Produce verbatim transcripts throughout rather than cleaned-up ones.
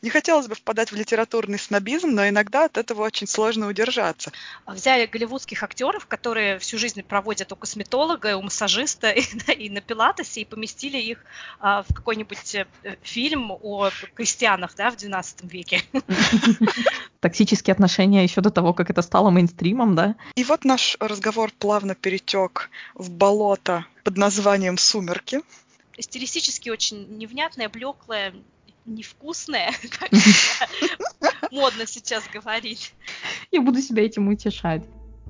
Не хотелось бы впадать в литературный снобизм, но иногда от этого очень сложно удержаться. Взяли голливудских актеров, которые всю жизнь проводят у косметолога, у массажиста и, да, и на пилатесе, и поместили их а, в какой-нибудь э, фильм о крестьянах, да, в двенадцатом веке. Токсические отношения еще до того, как это стало мейнстримом, да? И вот наш разговор плавно перетек в болото под названием «Сумерки». Стилистически очень невнятное, блеклое, невкусное, как модно сейчас говорить. Я буду себя этим утешать.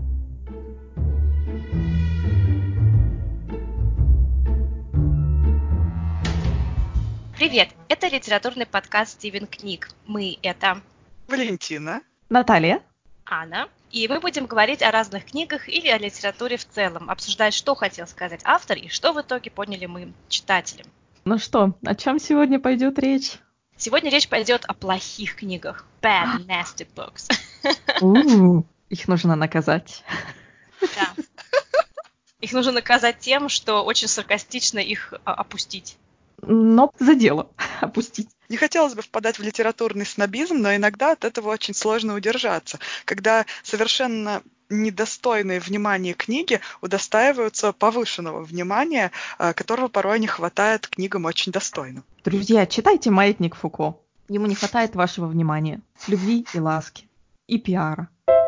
Привет! Это литературный подкаст «Стивен Книг». Мы — это Валентина, Наталья, Анна. И мы будем говорить о разных книгах или о литературе в целом, обсуждать, что хотел сказать автор и что в итоге поняли мы, читатели. Ну что, о чем сегодня пойдет речь? Сегодня речь пойдет о плохих книгах. Bad, nasty books. У-у-у, их нужно наказать. Да. Их нужно наказать тем, что очень саркастично их а, опустить. Но за дело опустить. Не хотелось бы впадать в литературный снобизм, но иногда от этого очень сложно удержаться, когда совершенно недостойные внимания книги удостаиваются повышенного внимания, которого порой не хватает книгам очень достойным. Друзья, читайте «Маятник Фуко». Ему не хватает вашего внимания, любви и ласки, и пиара.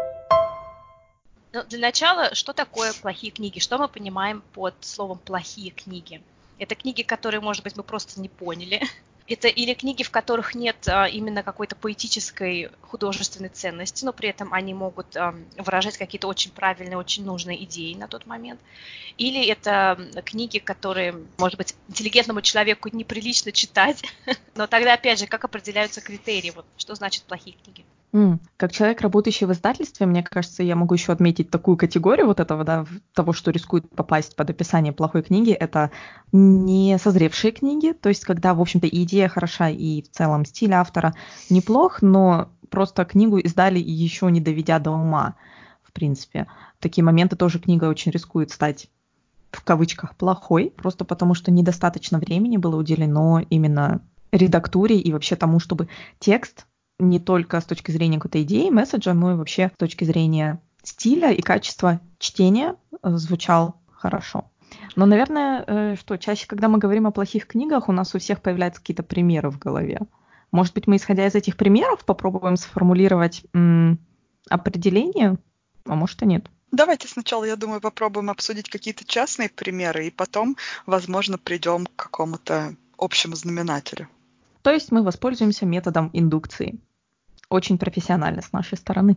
Но для начала, что такое плохие книги? Что мы понимаем под словом «плохие книги»? Это книги, которые, может быть, мы просто не поняли. Это или книги, в которых нет а, именно какой-то поэтической художественной ценности, но при этом они могут а, выражать какие-то очень правильные, очень нужные идеи на тот момент. Или это книги, которые, может быть, интеллигентному человеку неприлично читать. Но тогда, опять же, как определяются критерии? Вот, что значит плохие книги? Mm. Как человек, работающий в издательстве, мне кажется, я могу еще отметить такую категорию вот этого, да, того, что рискует попасть под описание плохой книги, это не созревшие книги, то есть когда, в общем-то, и идея хороша, и в целом стиль автора неплох, но просто книгу издали еще не доведя до ума, в принципе. В такие моменты тоже книга очень рискует стать, в кавычках, плохой, просто потому что недостаточно времени было уделено именно редактуре и вообще тому, чтобы текст не только с точки зрения какой-то идеи, месседжа, но и вообще с точки зрения стиля и качества чтения звучал хорошо. Но, наверное, что чаще, когда мы говорим о плохих книгах, у нас у всех появляются какие-то примеры в голове. Может быть, мы, исходя из этих примеров, попробуем сформулировать м- определение, а может и нет. Давайте сначала, я думаю, попробуем обсудить какие-то частные примеры, и потом, возможно, придем к какому-то общему знаменателю. То есть мы воспользуемся методом индукции. Очень профессионально с нашей стороны.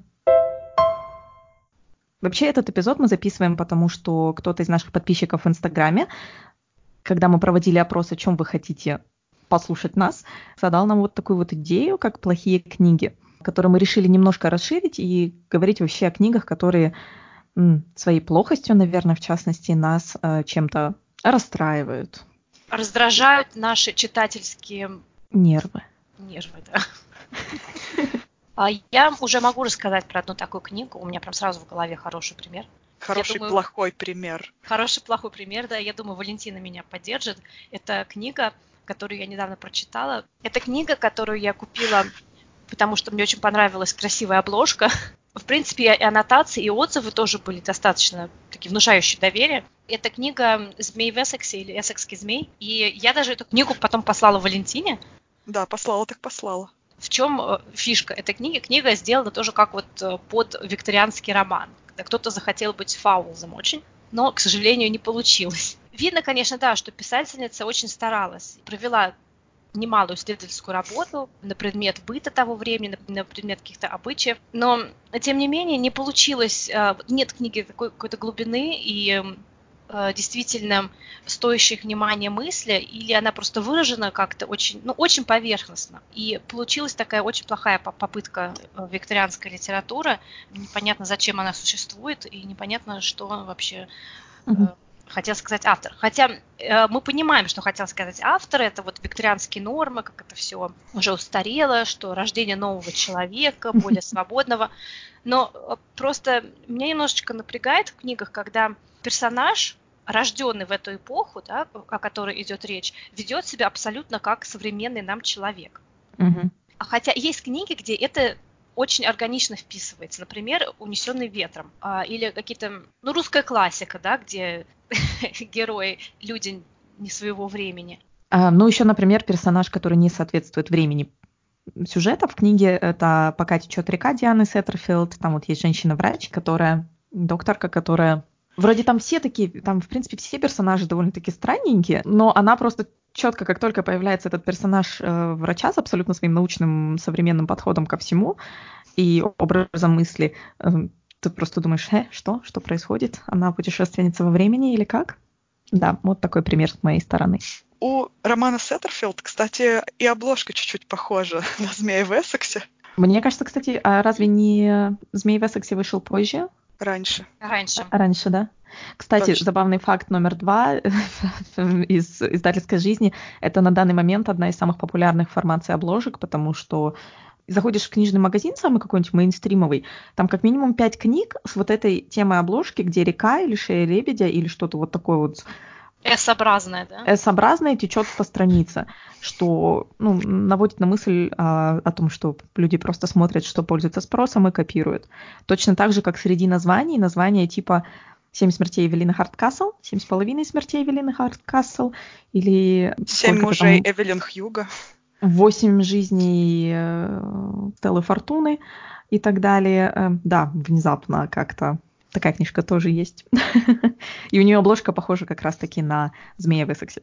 Вообще этот эпизод мы записываем, потому что кто-то из наших подписчиков в Инстаграме, когда мы проводили опрос, о чем вы хотите послушать нас, задал нам вот такую вот идею, как плохие книги, которую мы решили немножко расширить и говорить вообще о книгах, которые м, своей плохостью, наверное, в частности, нас э, чем-то расстраивают. Раздражают наши читательские нервы. Нервы, да. Я уже могу рассказать про одну такую книгу. У меня прям сразу в голове хороший пример. Хороший, думаю, плохой пример. Хороший, плохой пример, да. Я думаю, Валентина меня поддержит. Это книга, которую я недавно прочитала. Это книга, которую я купила, потому что мне очень понравилась красивая обложка. В принципе, и аннотации, и отзывы тоже были достаточно такие внушающие доверие. Это книга «Змей в Эссексе» или «Эссекский змей». И я даже эту книгу потом послала Валентине. Да, послала так послала. В чем фишка этой книги? Книга сделана тоже как вот под викторианский роман. Когда кто-то захотел быть Фаулзом очень, но, к сожалению, не получилось. Видно, конечно, да, что писательница очень старалась, провела немалую исследовательскую работу на предмет быта того времени, на предмет каких-то обычаев, но, тем не менее, не получилось, нет книги такой какой-то глубины и действительно стоящих внимания мысли, или она просто выражена как-то очень, ну, очень поверхностно. И получилась такая очень плохая попытка викторианской литературы. Непонятно, зачем она существует, и непонятно, что вообще Угу. хотел сказать автор. Хотя э, мы понимаем, что хотел сказать автор, это вот викторианские нормы, как это все уже устарело, что рождение нового человека, более свободного. Но просто меня немножечко напрягает в книгах, когда персонаж, рожденный в эту эпоху, да, о которой идет речь, ведет себя абсолютно как современный нам человек. Угу. А хотя есть книги, где это очень органично вписывается. Например, «Унесенный ветром». А, или какие-то, ну, русская классика, да, где герои, люди не своего времени. А, ну, еще, например, персонаж, который не соответствует времени сюжета в книге, это «Пока течет река» Дианы Сеттерфилд. Там вот есть женщина-врач, которая, докторка, которая... Вроде там все такие, там, в принципе, все персонажи довольно-таки странненькие, но она просто четко, как только появляется этот персонаж э, врача с абсолютно своим научным современным подходом ко всему и образом мысли, э, ты просто думаешь, э, что? Что происходит? Она путешественница во времени или как? Да, вот такой пример с моей стороны. У романа Сеттерфилд, кстати, и обложка чуть-чуть похожа на «Змея в Эссексе». Мне кажется, кстати, а разве не «Змей в Эссексе» вышел позже? Раньше. Раньше. Раньше, да. Кстати, Точно. Забавный факт номер два из издательской жизни. Это на данный момент одна из самых популярных формаций обложек, потому что заходишь в книжный магазин, самый какой-нибудь мейнстримовый, там как минимум пять книг с вот этой темой обложки, где река или шея лебедя или что-то вот такое вот S-образное, да? S-образное течет по странице, что ну, наводит на мысль а, о том, что люди просто смотрят, что пользуется спросом и копируют. Точно так же, как среди названий, названия типа «Семь смертей Эвелины Хардкасл», «Семь с половиной смертей Эвелины Хардкасл» или «Семь мужей там... Эвелин Хьюга», «Восемь жизней э, Стеллы Фортуны» и так далее. Э, да, внезапно как-то такая книжка тоже есть. И у нее обложка похожа как раз-таки на «Змея в Эссексе».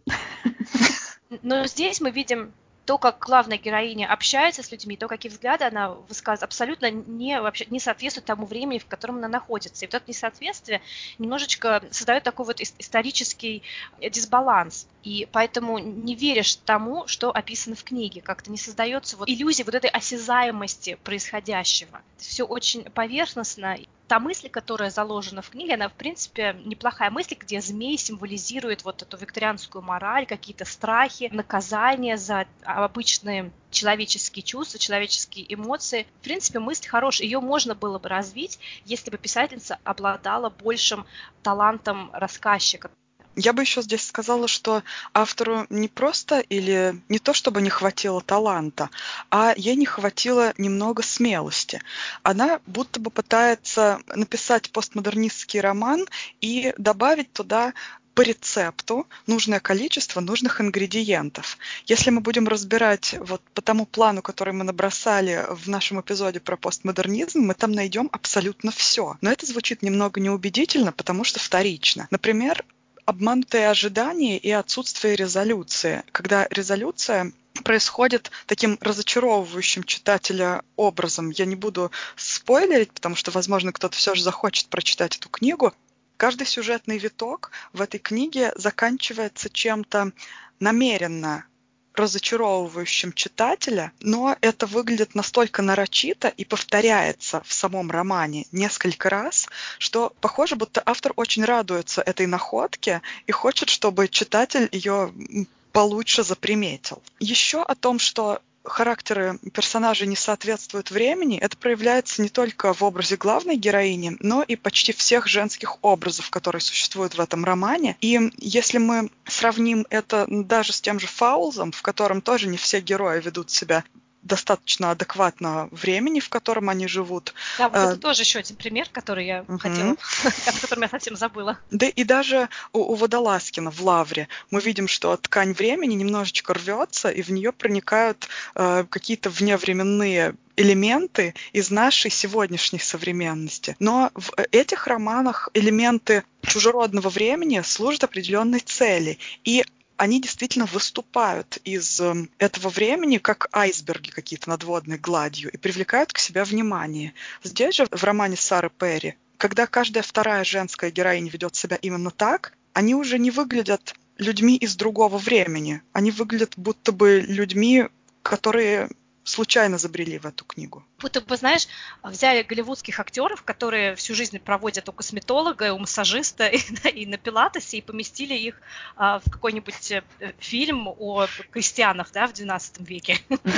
Но здесь мы видим то, как главная героиня общается с людьми, то, какие взгляды она высказывает, абсолютно не, вообще, не соответствует тому времени, в котором она находится. И вот это несоответствие немножечко создает такой вот исторический дисбаланс. И поэтому не веришь тому, что описано в книге. Как-то не создается вот иллюзия вот этой осязаемости происходящего. Все очень поверхностно. Та мысль, которая заложена в книге, она, в принципе, неплохая мысль, где змей символизирует вот эту викторианскую мораль, какие-то страхи, наказания за обычные человеческие чувства, человеческие эмоции. В принципе, мысль хорошая. Ее можно было бы развить, если бы писательница обладала большим талантом рассказчика. Я бы еще здесь сказала, что автору не просто или не то, чтобы не хватило таланта, а ей не хватило немного смелости. Она будто бы пытается написать постмодернистский роман и добавить туда по рецепту нужное количество нужных ингредиентов. Если мы будем разбирать вот по тому плану, который мы набросали в нашем эпизоде про постмодернизм, мы там найдем абсолютно все. Но это звучит немного неубедительно, потому что вторично. Например, обманутые ожидания и отсутствие резолюции. Когда резолюция происходит таким разочаровывающим читателя образом. Я не буду спойлерить, потому что, возможно, кто-то все же захочет прочитать эту книгу. Каждый сюжетный виток в этой книге заканчивается чем-то намеренно разочаровывающим читателя, но это выглядит настолько нарочито и повторяется в самом романе несколько раз, что похоже, будто автор очень радуется этой находке и хочет, чтобы читатель ее получше заприметил. Еще о том, что характеры персонажей не соответствуют времени, это проявляется не только в образе главной героини, но и почти всех женских образов, которые существуют в этом романе. И если мы сравним это даже с тем же Фаулзом, в котором тоже не все герои ведут себя достаточно адекватно времени, в котором они живут. Да, вот это тоже еще один пример, который я uh-huh. хотела, о котором я совсем забыла. Да и даже у, у Водолазкина в «Лавре» мы видим, что ткань времени немножечко рвется, и в нее проникают э, какие-то вневременные элементы из нашей сегодняшней современности. Но в этих романах элементы чужеродного времени служат определенной цели. И они действительно выступают из этого времени, как айсберги какие-то над водной гладью, и привлекают к себе внимание. Здесь же, в романе Сары Перри, когда каждая вторая женская героиня ведет себя именно так, они уже не выглядят людьми из другого времени. Они выглядят будто бы людьми, которые случайно забрели в эту книгу. Будто бы, знаешь, взяли голливудских актеров, которые всю жизнь проводят у косметолога, у массажиста и, да, и на пилатесе, и поместили их а, в какой-нибудь фильм о крестьянах, да, в двенадцатом веке.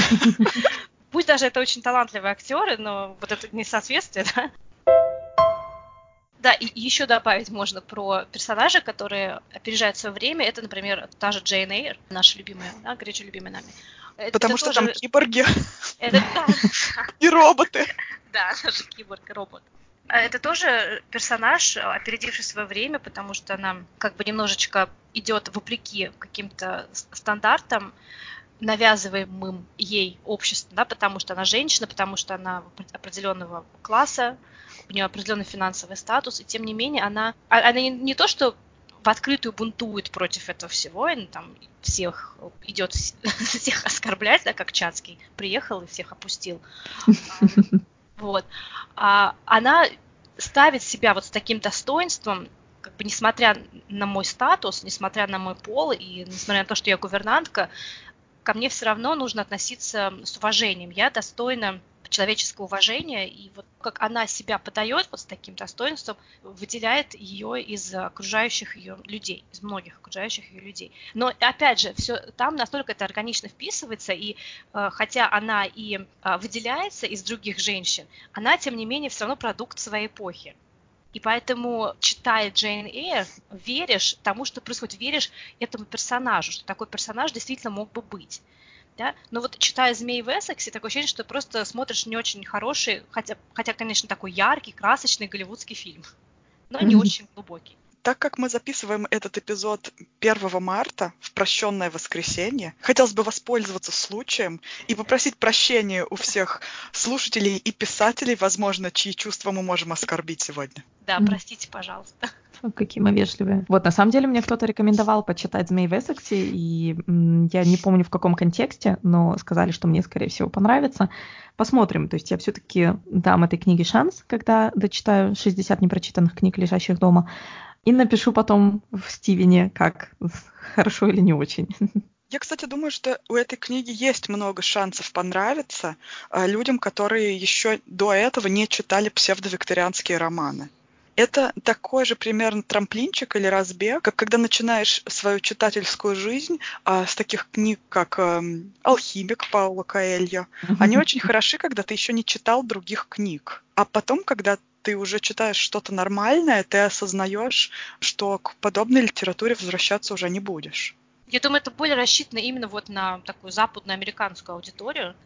Пусть даже это очень талантливые актеры, но вот это несоответствие, да. Да, и еще добавить можно про персонажей, которые опережают свое время. Это, например, та же Джейн Эйр, наша любимая, да, горячо любимая нами. Потому что там киборги Это, да. и роботы. Да, она же киборг и робот. Это тоже персонаж, опередивший свое время, потому что она как бы немножечко идет вопреки каким-то стандартам, навязываемым ей обществом, да, потому что она женщина, потому что она определенного класса, у нее определенный финансовый статус, и тем не менее она, она не, не то, что в открытую бунтует против этого всего, и там всех идет всех оскорблять, да, как Чацкий приехал и всех опустил. Вот. А она ставит себя вот с таким достоинством, как бы несмотря на мой статус, несмотря на мой пол и несмотря на то, что я гувернантка, ко мне все равно нужно относиться с уважением. Я достойна человеческого уважения, и вот как она себя подает вот с таким достоинством, выделяет ее из окружающих ее людей, из многих окружающих ее людей. Но опять же, все там настолько это органично вписывается, и э, хотя она и э, выделяется из других женщин, она, тем не менее, все равно продукт своей эпохи. И поэтому, читая Джейн Эйр, веришь тому, что происходит, веришь этому персонажу, что такой персонаж действительно мог бы быть. Да? Но вот читая «Змей в Эссексе», такое ощущение, что ты просто смотришь не очень хороший, хотя, хотя, конечно, такой яркий, красочный голливудский фильм, но не очень глубокий. Так как мы записываем этот эпизод первого марта, в прощенное воскресенье, хотелось бы воспользоваться случаем и попросить прощения у всех слушателей и писателей, возможно, чьи чувства мы можем оскорбить сегодня. Да, простите, пожалуйста. Какие мы вежливые. Вот, на самом деле, мне кто-то рекомендовал почитать «Змей в Эссексе», и м, я не помню, в каком контексте, но сказали, что мне, скорее всего, понравится. Посмотрим. То есть я все-таки дам этой книге шанс, когда дочитаю шестьдесят непрочитанных книг, лежащих дома, и напишу потом в Стивене, как хорошо или не очень. Я, кстати, думаю, что у этой книги есть много шансов понравиться а, людям, которые еще до этого не читали псевдовикторианские романы. Это такой же примерно трамплинчик или разбег, как когда начинаешь свою читательскую жизнь а, с таких книг, как а, «Алхимик» Пауло Коэльо. Они очень хороши, когда ты еще не читал других книг. А потом, когда ты уже читаешь что-то нормальное, ты осознаешь, что к подобной литературе возвращаться уже не будешь. Я думаю, это более рассчитано именно вот на такую западноамериканскую аудиторию.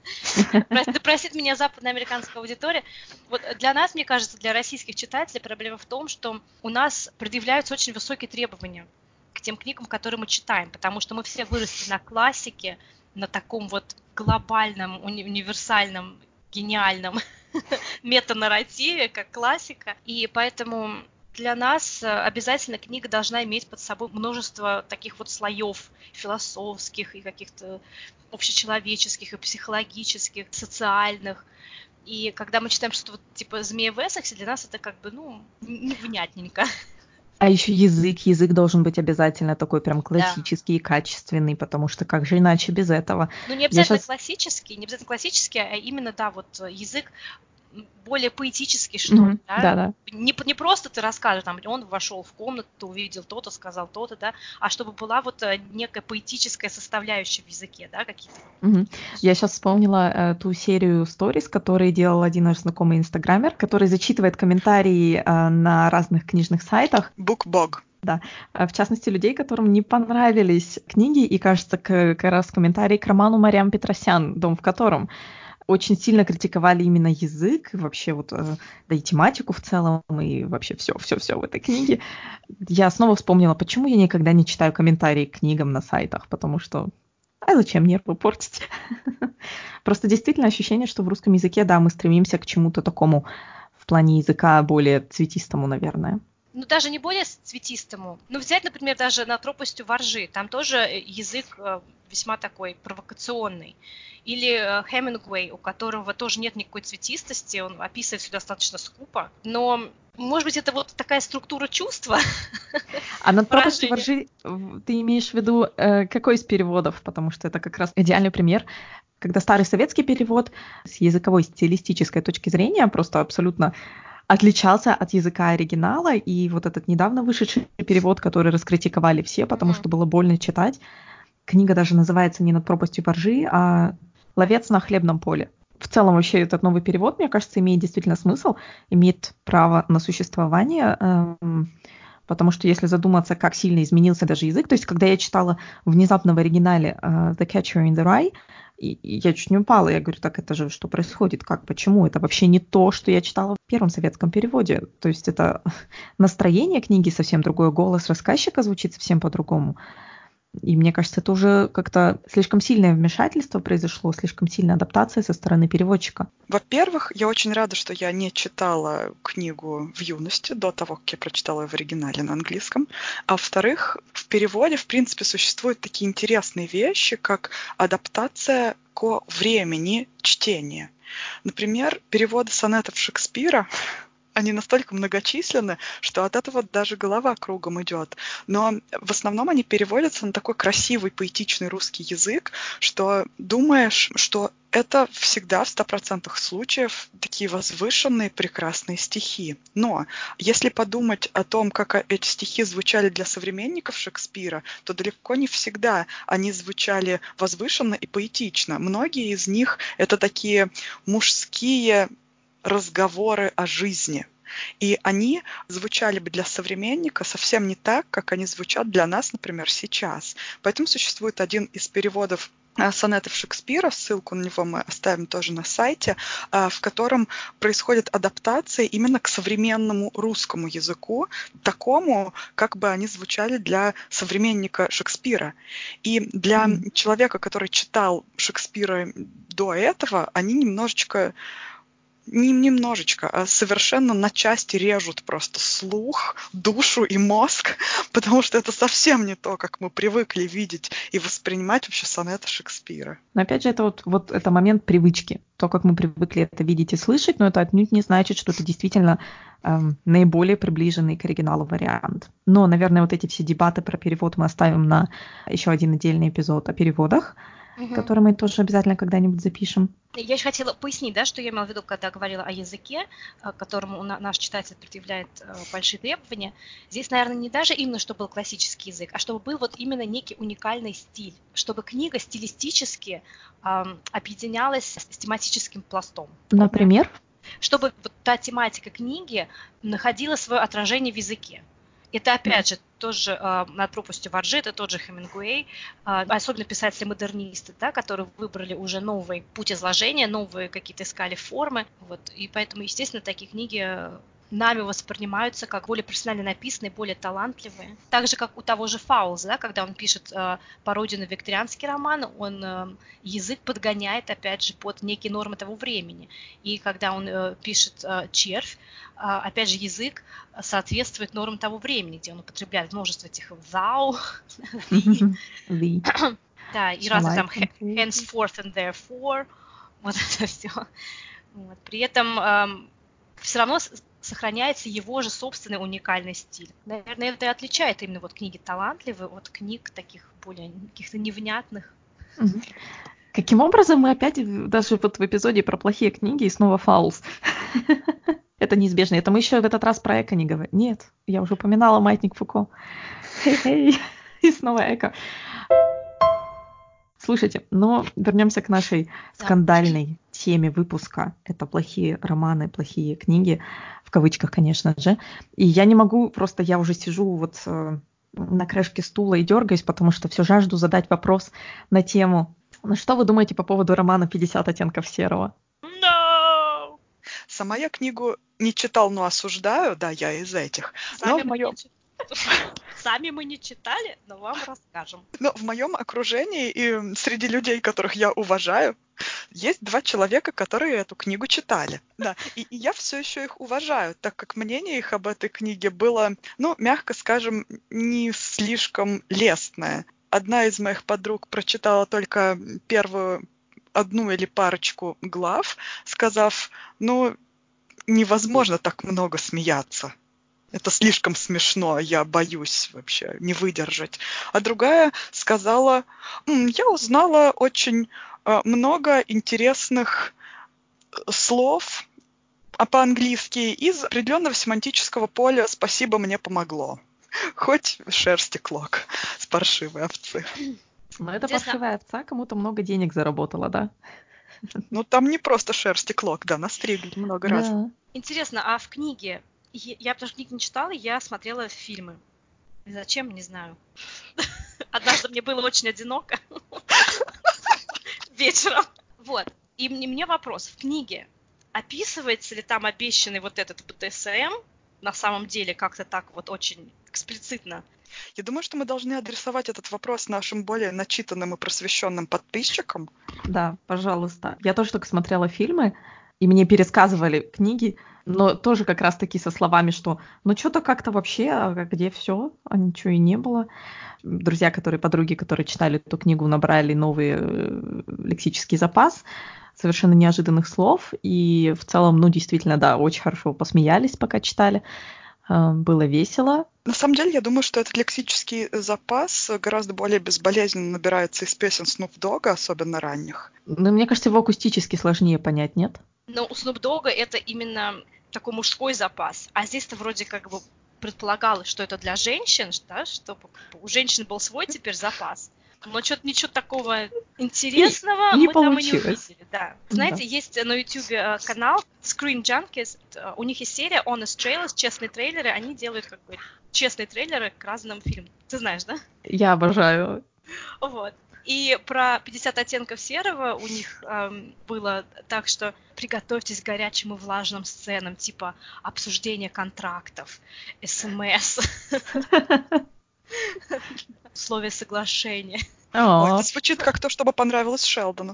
Да простит меня западноамериканская аудитория. Вот для нас, мне кажется, для российских читателей проблема в том, что у нас предъявляются очень высокие требования к тем книгам, которые мы читаем, потому что мы все выросли на классике, на таком вот глобальном, уни- универсальном, гениальном метанарративе, как классика. И поэтому для нас обязательно книга должна иметь под собой множество таких вот слоев философских и каких-то общечеловеческих, и психологических, социальных. И когда мы читаем что-то вот типа «Змея в Эссексе», для нас это как бы, ну, невнятненько. А еще язык. Язык должен быть обязательно такой прям классический и качественный, потому что как же иначе без этого? Ну, не обязательно щас... классический, не обязательно классический, а именно, да, вот язык более поэтический, что ли, mm-hmm. да? Да, да. Не, не просто ты расскажешь, там, он вошел в комнату, увидел то-то, сказал то-то, да, а чтобы была вот некая поэтическая составляющая в языке, да, какие-то. Mm-hmm. Я сейчас вспомнила э, ту серию сторис, которые делал один наш знакомый инстаграмер, который зачитывает комментарии э, на разных книжных сайтах. Букбог. Да, в частности, людей, которым не понравились книги, и, кажется, как раз комментарии к роману Мариам Петросян, «Дом в котором», очень сильно критиковали именно язык, вообще вот, да и тематику в целом, и вообще все-все-все в этой книге. Я снова вспомнила, почему я никогда не читаю комментарии к книгам на сайтах, потому что, а зачем нервы портить? Просто действительно ощущение, что в русском языке, да, мы стремимся к чему-то такому в плане языка более цветистому, наверное. Ну, даже не более цветистому. Ну, взять, например, даже «Над пропастью воржи». Там тоже язык весьма такой провокационный. Или Хемингуэй, у которого тоже нет никакой цветистости, он описывает все достаточно скупо. Но, может быть, это вот такая структура чувства. А «Над пропастью воржи» ты имеешь в виду э, какой из переводов? Потому что это как раз идеальный пример, когда старый советский перевод с языковой стилистической точки зрения просто абсолютно отличался от языка оригинала, и вот этот недавно вышедший перевод, который раскритиковали все, потому mm-hmm. что было больно читать. Книга даже называется не «Над пропастью воржи», а «Ловец на хлебном поле». В целом вообще этот новый перевод, мне кажется, имеет действительно смысл, имеет право на существование, эм, потому что если задуматься, как сильно изменился даже язык, то есть когда я читала внезапно в оригинале uh, «The Catcher in the Rye», И, и я чуть не упала. Я говорю, так это же что происходит? Как? Почему? Это вообще не то, что я читала в первом советском переводе. То есть это настроение книги совсем другое, голос рассказчика звучит совсем по-другому. И мне кажется, это уже как-то слишком сильное вмешательство произошло, слишком сильная адаптация со стороны переводчика. Во-первых, я очень рада, что я не читала книгу в юности, до того, как я прочитала ее в оригинале на английском. А во-вторых, в переводе, в принципе, существуют такие интересные вещи, как адаптация ко времени чтения. Например, переводы сонетов Шекспира, они настолько многочисленны, что от этого даже голова кругом идет. Но в основном они переводятся на такой красивый, поэтичный русский язык, что думаешь, что это всегда в ста процентах случаев такие возвышенные, прекрасные стихи. Но если подумать о том, как эти стихи звучали для современников Шекспира, то далеко не всегда они звучали возвышенно и поэтично. Многие из них — это такие мужские разговоры о жизни. И они звучали бы для современника совсем не так, как они звучат для нас, например, сейчас. Поэтому существует один из переводов сонетов Шекспира, ссылку на него мы оставим тоже на сайте, в котором происходит адаптация именно к современному русскому языку, такому, как бы они звучали для современника Шекспира. И для mm. человека, который читал Шекспира до этого, они немножечко не немножечко, а совершенно на части режут просто слух, душу и мозг, потому что это совсем не то, как мы привыкли видеть и воспринимать вообще сонеты Шекспира. Но опять же, это вот, вот это момент привычки. То, как мы привыкли это видеть и слышать, но это отнюдь не значит, что это действительно эм, наиболее приближенный к оригиналу вариант. Но, наверное, вот эти все дебаты про перевод мы оставим на еще один отдельный эпизод о переводах, угу. который мы тоже обязательно когда-нибудь запишем. Я еще хотела пояснить, да, что я имела в виду, когда говорила о языке, к которому наш читатель предъявляет большие требования. Здесь, наверное, не даже именно, чтобы был классический язык, а чтобы был вот именно некий уникальный стиль, чтобы книга стилистически эм, объединялась с тематическим пластом. Например? Чтобы вот та тематика книги находила свое отражение в языке. Это, опять же, тоже э, над пропастью во ржи, это тот же Хемингуэй, э, особенно писатели-модернисты, да, которые выбрали уже новый путь изложения, новые какие-то искали формы. Вот, и поэтому, естественно, такие книги нами воспринимаются как более профессионально написанные, более талантливые. Так же, как у того же Фаулза, да, когда он пишет э, пародию на викторианский роман, он э, язык подгоняет, опять же, под некие нормы того времени. И когда он э, пишет э, «Червь», э, опять же, язык соответствует нормам того времени, где он употребляет множество этих «thou», «the». Да, и разные там «henceforth» and «therefore», вот это все. Вот. При этом э, все равно сохраняется его же собственный уникальный стиль. Наверное, это и отличает именно вот книги талантливые от книг таких более каких-то невнятных. Mm-hmm. Каким образом мы опять даже вот в эпизоде про плохие книги и снова Фаулс? Это неизбежно. Это мы еще в этот раз про эко не говорим. Нет, я уже упоминала «Маятник Фуко». Хей-хей. И снова эко. Слушайте, но вернемся к нашей скандальной теме выпуска. Это плохие романы, плохие книги, в кавычках, конечно же. И я не могу, просто я уже сижу вот э, на краешке стула и дергаюсь, потому что все жажду задать вопрос на тему. Ну что вы думаете по поводу романа «пятьдесят оттенков серого»? No! Сама я книгу не читал, но осуждаю, да, я из этих. Сами но в моем... Сами мы не читали, но вам расскажем. Но в моем окружении и среди людей, которых я уважаю, есть два человека, которые эту книгу читали. Да, и, и я все еще их уважаю, так как мнение их об этой книге было, ну, мягко скажем, не слишком лестное. Одна из моих подруг прочитала только первую одну или парочку глав, сказав, ну, невозможно так много смеяться. Это слишком смешно, я боюсь вообще не выдержать. А другая сказала, М, я узнала очень э, много интересных слов а по-английски из определенного семантического поля «спасибо, мне помогло». Хоть шерсти клок с паршивой овцы. Но эта паршивая овца кому-то много денег заработала, да? Ну, там не просто шерсти клок, да, настригли много да. раз. Интересно, а в книге, я потому что книг не читала, я смотрела фильмы. Зачем, не знаю. Однажды мне было очень одиноко. вечером. Вот. И мне, мне вопрос. В книге описывается ли там обещанный вот этот бэ дэ эс эм на самом деле как-то так вот очень эксплицитно? Я думаю, что мы должны адресовать этот вопрос нашим более начитанным и просвещенным подписчикам. Да, пожалуйста. Я тоже только смотрела фильмы, и мне пересказывали книги, но тоже как раз-таки со словами, что ну что-то как-то вообще, а где все, а ничего и не было. Друзья, которые, подруги, которые читали эту книгу, набрали новый э, лексический запас совершенно неожиданных слов, и в целом, ну, действительно, да, очень хорошо посмеялись, пока читали. Э, было весело. На самом деле, я думаю, что этот лексический запас гораздо более безболезненно набирается из песен Снуп Догга, особенно ранних. Ну, мне кажется, его акустически сложнее понять, нет? Но у Снуп Догга это именно такой мужской запас, а здесь-то вроде как бы предполагалось, что это для женщин, да, чтобы у женщин был свой теперь запас. Но что-то ничего такого интересного не мы там и не получилось. увидели. Да. Да. Знаете, есть на YouTube канал Screen Junkies, у них есть серия Honest Trailers, честные трейлеры, они делают как бы честные трейлеры к разным фильмам. Ты знаешь, да? Я обожаю. Вот. И про пятьдесят оттенков серого у них эм, было так, что приготовьтесь к горячим и влажным сценам, типа обсуждение контрактов, эс эм эс, условия соглашения. Ой, это звучит как то, чтобы понравилось Шелдону.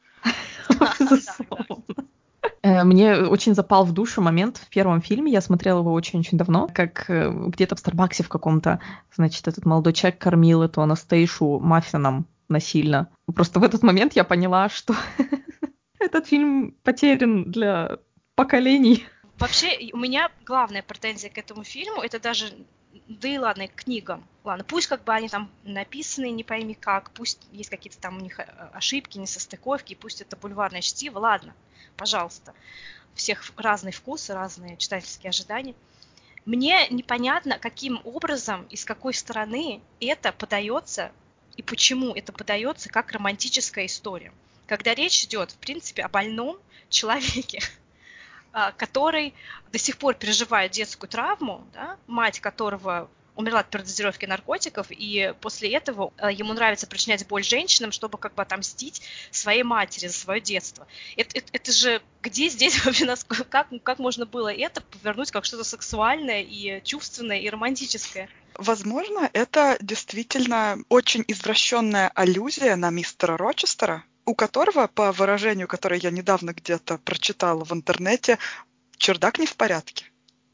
Мне очень запал в душу момент в первом фильме, я смотрела его очень-очень давно, как где-то в Старбаксе в каком-то, значит, этот молодой человек кормил эту Анастейшу маффином насильно. Просто в этот момент я поняла, что этот фильм потерян для поколений. Вообще, у меня главная претензия к этому фильму, это даже, да и ладно, и к книгам. Ладно, пусть как бы они там написаны, не пойми как, пусть есть какие-то там у них ошибки, несостыковки, пусть это бульварное чтиво, ладно, пожалуйста. У всех разные вкусы, разные читательские ожидания. Мне непонятно, каким образом и с какой стороны это подается и почему это подается как романтическая история. Когда речь идет, в принципе, о больном человеке, который до сих пор переживает детскую травму, да, мать которого умерла от передозировки наркотиков, и после этого ему нравится причинять боль женщинам, чтобы как бы отомстить своей матери за свое детство. Это, это, это же где здесь вообще нас, как, как можно было это повернуть как что-то сексуальное и чувственное и романтическое? Возможно, это действительно очень извращенная аллюзия на мистера Рочестера, у которого, по выражению, которое я недавно где-то прочитала в интернете, чердак не в порядке.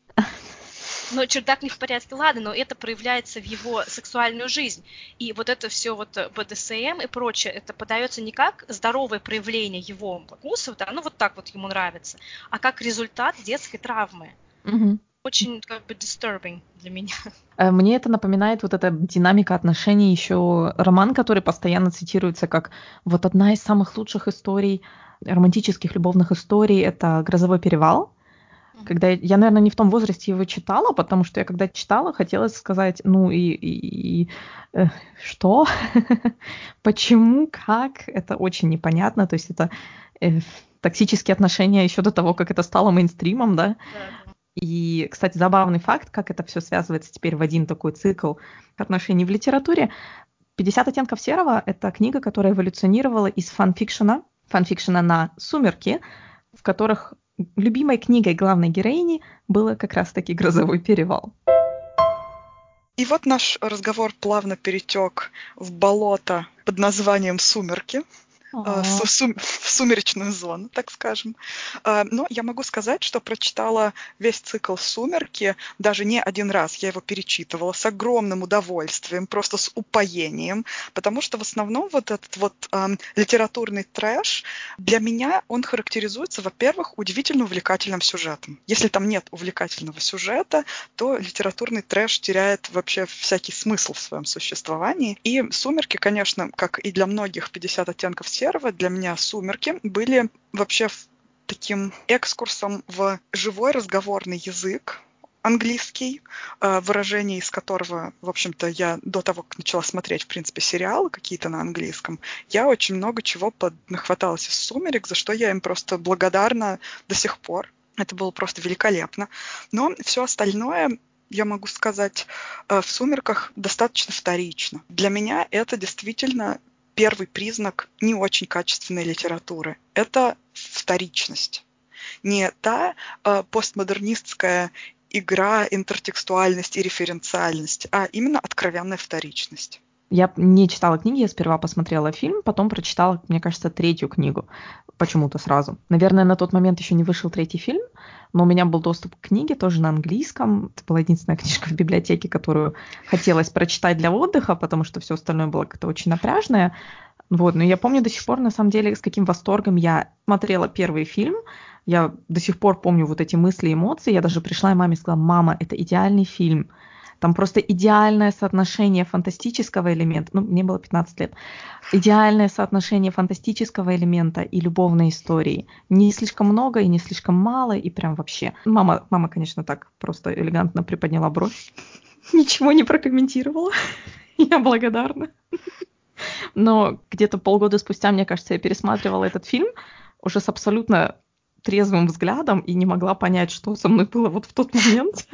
Но чердак не в порядке, ладно, но это проявляется в его сексуальную жизнь. И вот это все вот бэ дэ эс эм и прочее, это подается не как здоровое проявление его вкусов, да, ну вот так вот ему нравится, а как результат детской травмы. Угу. Очень как бы disturbing для меня. Мне это напоминает вот эта динамика отношений, еще роман, который постоянно цитируется как вот одна из самых лучших историй, романтических любовных историй, это «Грозовой перевал». Когда я, я, наверное, не в том возрасте его читала, потому что я когда читала, хотелось сказать, ну и, и, и э, что? Почему? Как? Это очень непонятно. То есть это э, токсические отношения еще до того, как это стало мейнстримом, да? Да, да. И, кстати, забавный факт, как это все связывается теперь в один такой цикл отношений в литературе. «пятьдесят оттенков серого» — это книга, которая эволюционировала из фанфикшена, фанфикшена на «Сумерки», в которых любимой книгой главной героини было как раз-таки «Грозовой перевал». И вот наш разговор плавно перетек в болото под названием «Сумерки». В сумеречную зону, так скажем. Но я могу сказать, что прочитала весь цикл «Сумерки» даже не один раз. Я его перечитывала с огромным удовольствием, просто с упоением, потому что в основном вот этот вот э, литературный трэш, для меня он характеризуется, во-первых, удивительно увлекательным сюжетом. Если там нет увлекательного сюжета, то литературный трэш теряет вообще всякий смысл в своем существовании. И «Сумерки», конечно, как и для многих «пятьдесят оттенков серого», для меня «Сумерки» были вообще таким экскурсом в живой разговорный язык английский, выражение из которого, в общем-то, я до того, как начала смотреть, в принципе, сериалы какие-то на английском, я очень много чего нахваталась из «Сумерек», за что я им просто благодарна до сих пор. Это было просто великолепно. Но все остальное, я могу сказать, в «Сумерках» достаточно вторично. Для меня это действительно первый признак не очень качественной литературы. Это вторичность. Не та э, постмодернистская игра, интертекстуальность и референциальность, а именно откровенная вторичность. Я не читала книги, я сперва посмотрела фильм, потом прочитала, мне кажется, третью книгу почему-то сразу. Наверное, на тот момент еще не вышел третий фильм, но у меня был доступ к книге тоже на английском. Это была единственная книжка в библиотеке, которую хотелось прочитать для отдыха, потому что все остальное было как-то очень напряжное. Вот, но я помню до сих пор, на самом деле, с каким восторгом я смотрела первый фильм. Я до сих пор помню вот эти мысли, эмоции. Я даже пришла и маме сказала: мама, это идеальный фильм. Там просто идеальное соотношение фантастического элемента. Ну, мне было пятнадцать лет. Идеальное соотношение фантастического элемента и любовной истории. Не слишком много и не слишком мало, и прям вообще. Мама, мама, конечно, так просто элегантно приподняла бровь. Ничего не прокомментировала. Я благодарна. Но где-то полгода спустя, мне кажется, я пересматривала этот фильм уже с абсолютно трезвым взглядом и не могла понять, что со мной было вот в тот момент.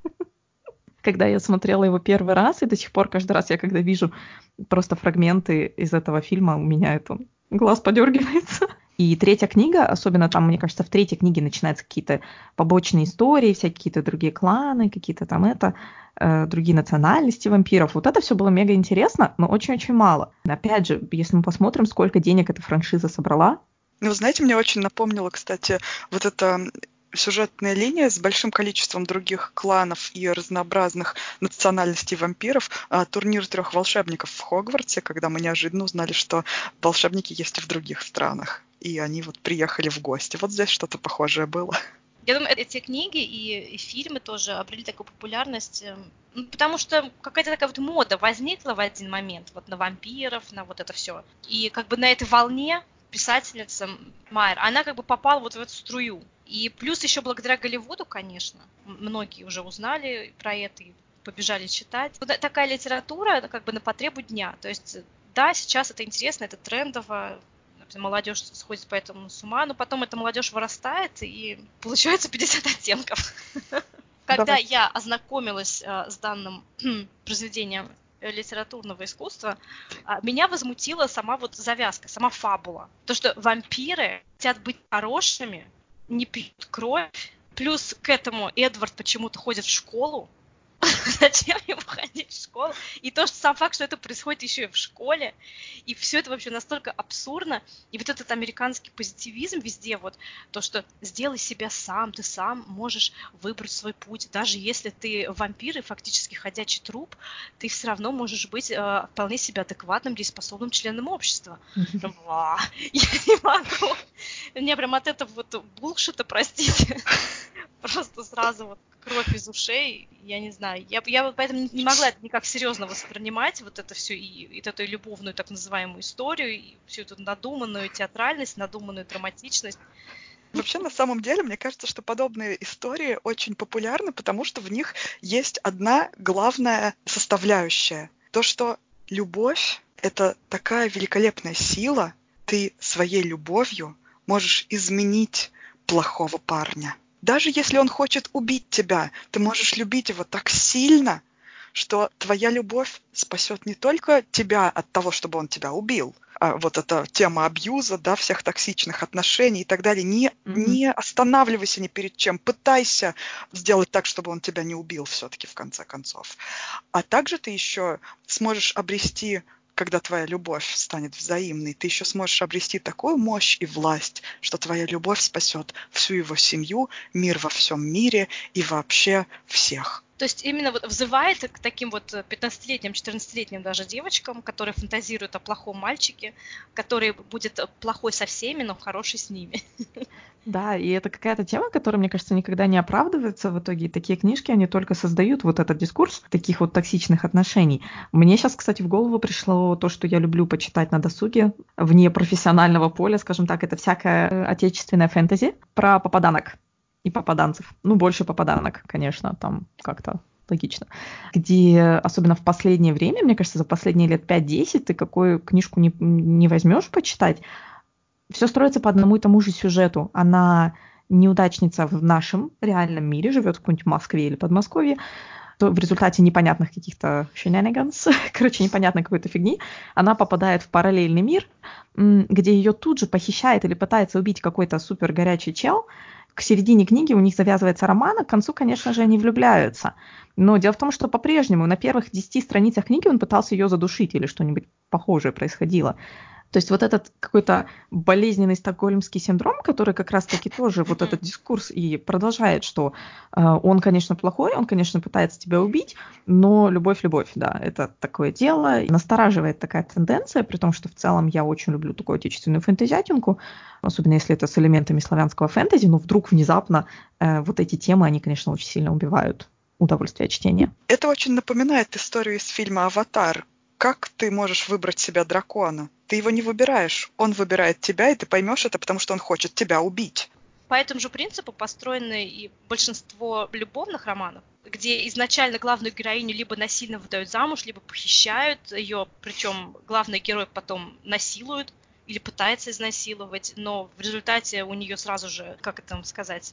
Когда я смотрела его первый раз, и до сих пор каждый раз я, когда вижу просто фрагменты из этого фильма, у меня это глаз подергивается. И третья книга, особенно там, мне кажется, в третьей книге начинаются какие-то побочные истории, всякие какие-то другие кланы, какие-то там это, э, другие национальности вампиров. Вот это все было мега интересно, но очень-очень мало. Опять же, если мы посмотрим, сколько денег эта франшиза собрала. Ну, вы знаете, мне очень напомнило, кстати, вот это сюжетная линия с большим количеством других кланов и разнообразных национальностей вампиров, а, турнир трех волшебников в Хогвартсе, когда мы неожиданно узнали, что волшебники есть и в других странах, и они вот приехали в гости. Вот здесь что-то похожее было. Я думаю, эти книги и, и фильмы тоже обрели такую популярность, ну, потому что какая-то такая вот мода возникла в один момент вот на вампиров, на вот это все. И как бы на этой волне писательница Майер, она как бы попала вот в эту струю. И плюс еще благодаря Голливуду, конечно, многие уже узнали про это и побежали читать. Вот такая литература как бы на потребу дня. То есть, да, сейчас это интересно, это трендово, молодежь сходит по этому с ума, но потом эта молодежь вырастает, и получается пятьдесят оттенков. Когда я ознакомилась с данным произведением литературного искусства, меня возмутила сама вот завязка, сама фабула. То, что вампиры хотят быть хорошими, не пьют кровь, плюс к этому Эдвард почему-то ходит в школу. Зачем ему ходить в школу? И то, что сам факт, что это происходит еще и в школе, и все это вообще настолько абсурдно. И вот этот американский позитивизм везде, вот то, что сделай себя сам, ты сам можешь выбрать свой путь. Даже если ты вампир и фактически ходячий труп, ты все равно можешь быть э, вполне себе адекватным, дееспособным членом общества. Ва, я не могу. Мне прям от этого вот булшита, простите, просто сразу вот кровь из ушей, я не знаю. Я, я вот поэтому не могла это никак серьезно воспринимать, вот это все, и, и эту любовную так называемую историю, и всю эту надуманную театральность, надуманную драматичность. Вообще, на самом деле, мне кажется, что подобные истории очень популярны, потому что в них есть одна главная составляющая. То, что любовь — это такая великолепная сила, ты своей любовью можешь изменить плохого парня. Даже если он хочет убить тебя, ты можешь любить его так сильно, что твоя любовь спасет не только тебя от того, чтобы он тебя убил, а вот эта тема абьюза, да, всех токсичных отношений и так далее. Не, mm-hmm. не останавливайся ни перед чем, пытайся сделать так, чтобы он тебя не убил все-таки в конце концов. А также ты еще сможешь обрести, когда твоя любовь станет взаимной, ты еще сможешь обрести такую мощь и власть, что твоя любовь спасет всю его семью, мир во всем мире и вообще всех. То есть именно вот взывает к таким вот пятнадцатилетним, четырнадцатилетним даже девочкам, которые фантазируют о плохом мальчике, который будет плохой со всеми, но хороший с ними. Да, и это какая-то тема, которая, мне кажется, никогда не оправдывается в итоге. И такие книжки, они только создают вот этот дискурс таких вот токсичных отношений. Мне сейчас, кстати, в голову пришло то, что я люблю почитать на досуге, вне профессионального поля, скажем так, это всякое отечественное фэнтези про попаданок и попаданцев. Ну, больше попаданок, конечно, там как-то логично. Где, особенно в последнее время, мне кажется, за последние лет пять-десять ты какую книжку не, не возьмешь почитать, все строится по одному и тому же сюжету. Она неудачница в нашем реальном мире, живет в какой-нибудь Москве или Подмосковье, то в результате непонятных каких-то shenanigans, короче, непонятной какой-то фигни, она попадает в параллельный мир, где ее тут же похищает или пытается убить какой-то супер горячий чел. К середине книги у них завязывается роман, а к концу, конечно же, они влюбляются. Но дело в том, что по-прежнему на первых десяти страницах книги он пытался ее задушить или что-нибудь похожее происходило. То есть вот этот какой-то болезненный стокгольмский синдром, который как раз-таки тоже вот этот дискурс и продолжает, что э, он, конечно, плохой, он, конечно, пытается тебя убить, но любовь-любовь, да, это такое дело. И настораживает такая тенденция, при том, что в целом я очень люблю такую отечественную фэнтезиатинку, особенно если это с элементами славянского фэнтези, но вдруг внезапно э, вот эти темы, они, конечно, очень сильно убивают удовольствие от чтения. Это очень напоминает историю из фильма «Аватар». Как ты можешь выбрать себя дракона? Ты его не выбираешь. Он выбирает тебя, и ты поймешь это, потому что он хочет тебя убить. По этому же принципу построены и большинство любовных романов, где изначально главную героиню либо насильно выдают замуж, либо похищают ее, причем главный герой потом насилует или пытается изнасиловать, но в результате у нее сразу же, как это сказать,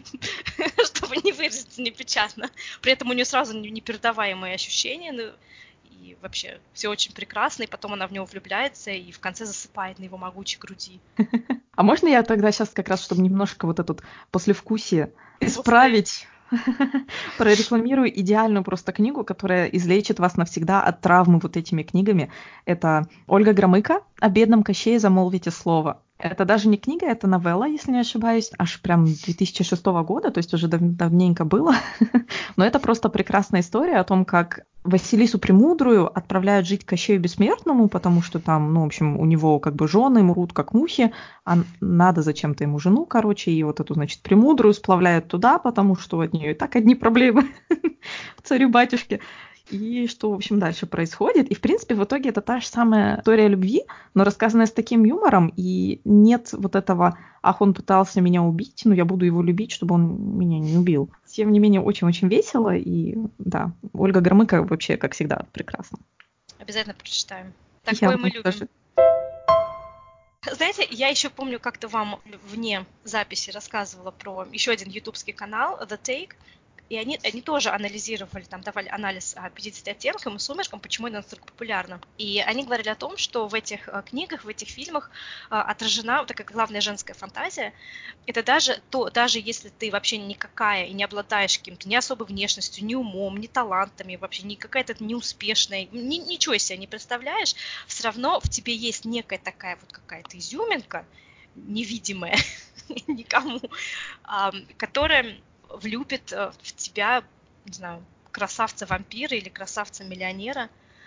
чтобы не выразиться непечатно, при этом у нее сразу непередаваемые ощущения, и вообще все очень прекрасно, и потом она в него влюбляется и в конце засыпает на его могучей груди. А можно я тогда сейчас как раз, чтобы немножко вот это послевкусие исправить, прорекламирую идеальную просто книгу, которая излечит вас навсегда от травмы вот этими книгами. Это Ольга Громыко «О бедном Кощее замолвите слово». Это даже не книга, это новелла, если не ошибаюсь, аж прям две тысячи шестого года, то есть уже дав- давненько было. Но это просто прекрасная история о том, как Василису Премудрую отправляют жить к Кощею Бессмертному, потому что там, ну, в общем, у него как бы жены мрут как мухи, а надо зачем-то ему жену, короче, и вот эту, значит, Премудрую сплавляют туда, потому что от нее и так одни проблемы царю-батюшке. И что, в общем, дальше происходит. И, в принципе, в итоге это та же самая история любви, но рассказанная с таким юмором, и нет вот этого «ах, он пытался меня убить, но я буду его любить, чтобы он меня не убил». Тем не менее, очень-очень весело, и да, Ольга Громыко вообще, как всегда, прекрасно. Обязательно прочитаем. Такое мы любим. Даже... Знаете, я еще помню, как-то вам вне записи рассказывала про еще один ютубский канал The Take, и они, они тоже анализировали, там давали анализ о пятидесяти оттенках и «Сумеркам», почему это настолько популярно. И они говорили о том, что в этих книгах, в этих фильмах отражена вот такая главная женская фантазия. Это даже то, даже если ты вообще никакая и не обладаешь каким-то ни особой внешностью, ни умом, ни талантами, вообще ни какая-то неуспешная, ни, ничего из себя не представляешь, все равно в тебе есть некая такая вот какая-то изюминка, невидимая никому, которая влюбит в тебя, не знаю, красавца-вампира или красавца-миллионера.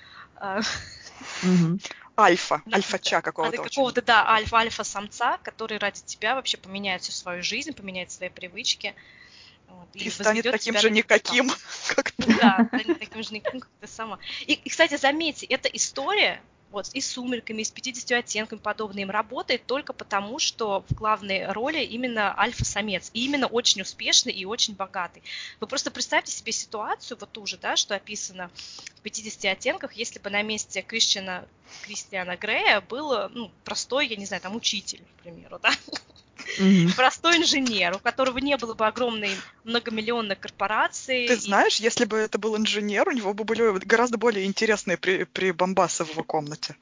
Mm-hmm. Альфа, альфача какого-то. Какого-то, да, альфа-альфа-самца, который ради тебя вообще поменяет всю свою жизнь, поменяет свои привычки. Вот, и, и станет таким же никаким, как ты. Да, станет таким же никаким, как ты сама. И, и, кстати, заметьте, эта история вот и с «Сумерками», и с «пятидесятью оттенками» подобной им работает только потому, что в главной роли именно альфа-самец, и именно очень успешный и очень богатый. Вы просто представьте себе ситуацию, вот ту же, да, что описано в «пятидесяти оттенках», если бы на месте Кристиана, Кристиана Грея был, ну, простой, я не знаю, там, учитель, к примеру, да, Mm-hmm. простой инженер, у которого не было бы огромной многомиллионной корпорации. Ты знаешь, и... если бы это был инженер, у него бы были гораздо более интересные при, прибамбасы в его комнате.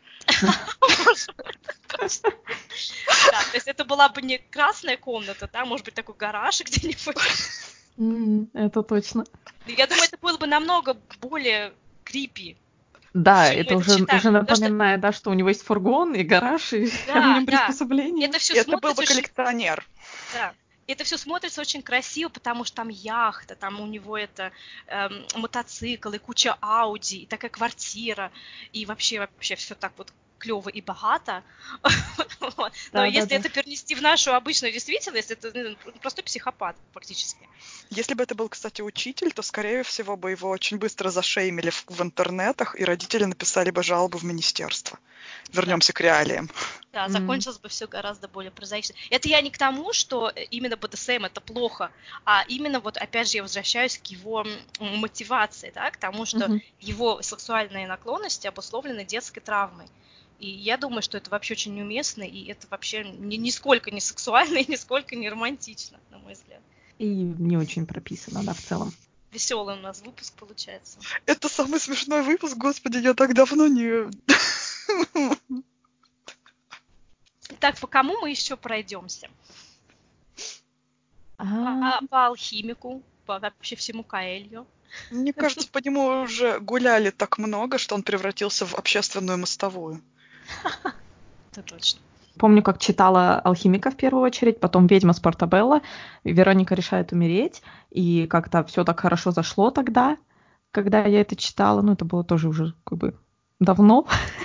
Да, то есть это была бы не красная комната, да, может быть, такой гараж где-нибудь. Это точно. Я думаю, это было бы намного более крипи. Да, это уже, уже напоминает, что... да, что у него есть фургон и гараж, и да, в нем да. приспособления. Это, все это был бы коллекционер. Очень... Да. Это все смотрится очень красиво, потому что там яхта, там у него это эм, мотоцикл и куча Ауди, и такая квартира, и вообще, вообще все так вот клево и богато. Вот. Но да, если да, это да. перенести в нашу обычную действительность, это ну, простой психопат фактически. Если бы это был, кстати, учитель, то, скорее всего, бы его очень быстро зашеймили в, в интернетах, и родители написали бы жалобу в министерство. Вернемся да. к реалиям. Да, закончилось mm. бы все гораздо более прозаично. Это я не к тому, что именно бэ дэ эс эм это плохо, а именно вот опять же я возвращаюсь к его мотивации, да, к тому, что mm-hmm. его сексуальные наклонности обусловлены детской травмой. И я думаю, что это вообще очень неуместно, и это вообще ни, нисколько не сексуально и нисколько не романтично, на мой взгляд. И не очень прописано, да, в целом. Веселый у нас выпуск получается. Это самый смешной выпуск, господи, я так давно не... Итак, по кому мы еще пройдемся? А, По, по алхимику, по вообще всему Каэлью. Мне кажется, по нему уже гуляли так много, что он превратился в общественную мостовую. Это точно. Помню, как читала «Алхимика» в первую очередь, потом «Ведьма с Портабелло», Вероника решает умереть, и как-то все так хорошо зашло тогда, когда я это читала. Ну, это было тоже уже как бы давно.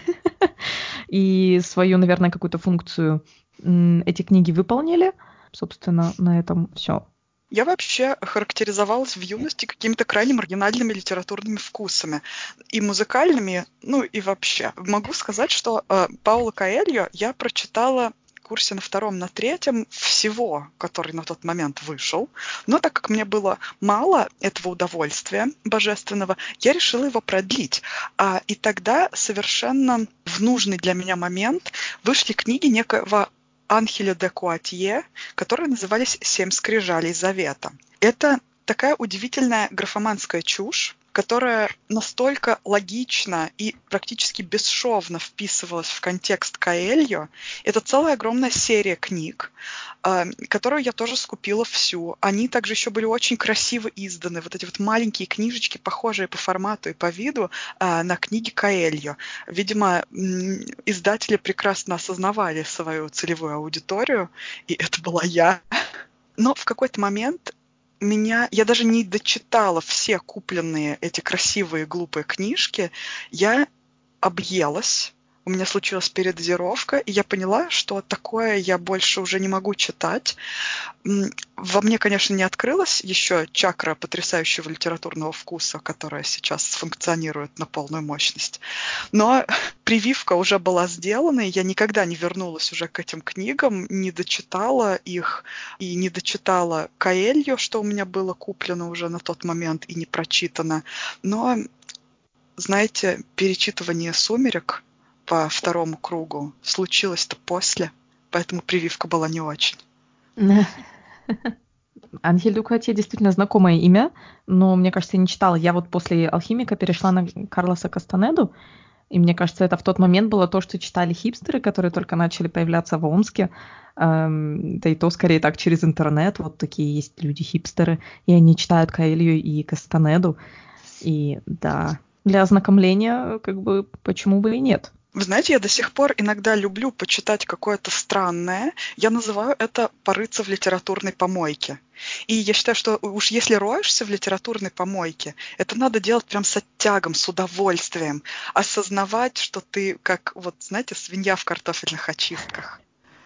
И свою, наверное, какую-то функцию м, эти книги выполнили. Собственно, на этом все. Я вообще характеризовалась в юности какими-то крайне маргинальными литературными вкусами. И музыкальными, ну и вообще. Могу сказать, что э, Пауло Коэльо я прочитала в курсе на втором, на третьем всего, который на тот момент вышел. Но так как мне было мало этого удовольствия божественного, я решила его продлить. А, и тогда совершенно в нужный для меня момент вышли книги некого Анхеля де Куатье, которые назывались «Семь скрижалей завета». Это такая удивительная графоманская чушь, которая настолько логично и практически бесшовно вписывалась в контекст Коэльо. Это целая огромная серия книг, которую я тоже скупила всю. Они также еще были очень красиво изданы. Вот эти вот маленькие книжечки, похожие по формату и по виду на книги Коэльо. Видимо, издатели прекрасно осознавали свою целевую аудиторию, и это была я. Но в какой-то момент меня, я даже не дочитала все купленные эти красивые глупые книжки, я объелась, у меня случилась передозировка, и я поняла, что такое я больше уже не могу читать. Во мне, конечно, не открылась еще чакра потрясающего литературного вкуса, которая сейчас функционирует на полную мощность. Но прививка уже была сделана, и я никогда не вернулась уже к этим книгам, не дочитала их, и не дочитала Коэльо, что у меня было куплено уже на тот момент и не прочитано. Но, знаете, перечитывание «Сумерек» по второму кругу случилось-то после, поэтому прививка была не очень. Анхель де Куатье действительно знакомое имя, но, мне кажется, я не читала. Я вот после «Алхимика» перешла на Карлоса Кастанеду, и мне кажется, это в тот момент было то, что читали хипстеры, которые только начали появляться в Омске. Эм, да и то скорее так через интернет. Вот такие есть люди-хипстеры, и они читают Коэльо и Кастанеду. И да, для ознакомления, как бы, почему бы и нет. Вы знаете, я до сих пор иногда люблю почитать какое-то странное. Я называю это порыться в литературной помойке. И я считаю, что уж если роешься в литературной помойке, это надо делать прям с оттягом, с удовольствием. Осознавать, что ты, как, вот, знаете, свинья в картофельных очистках.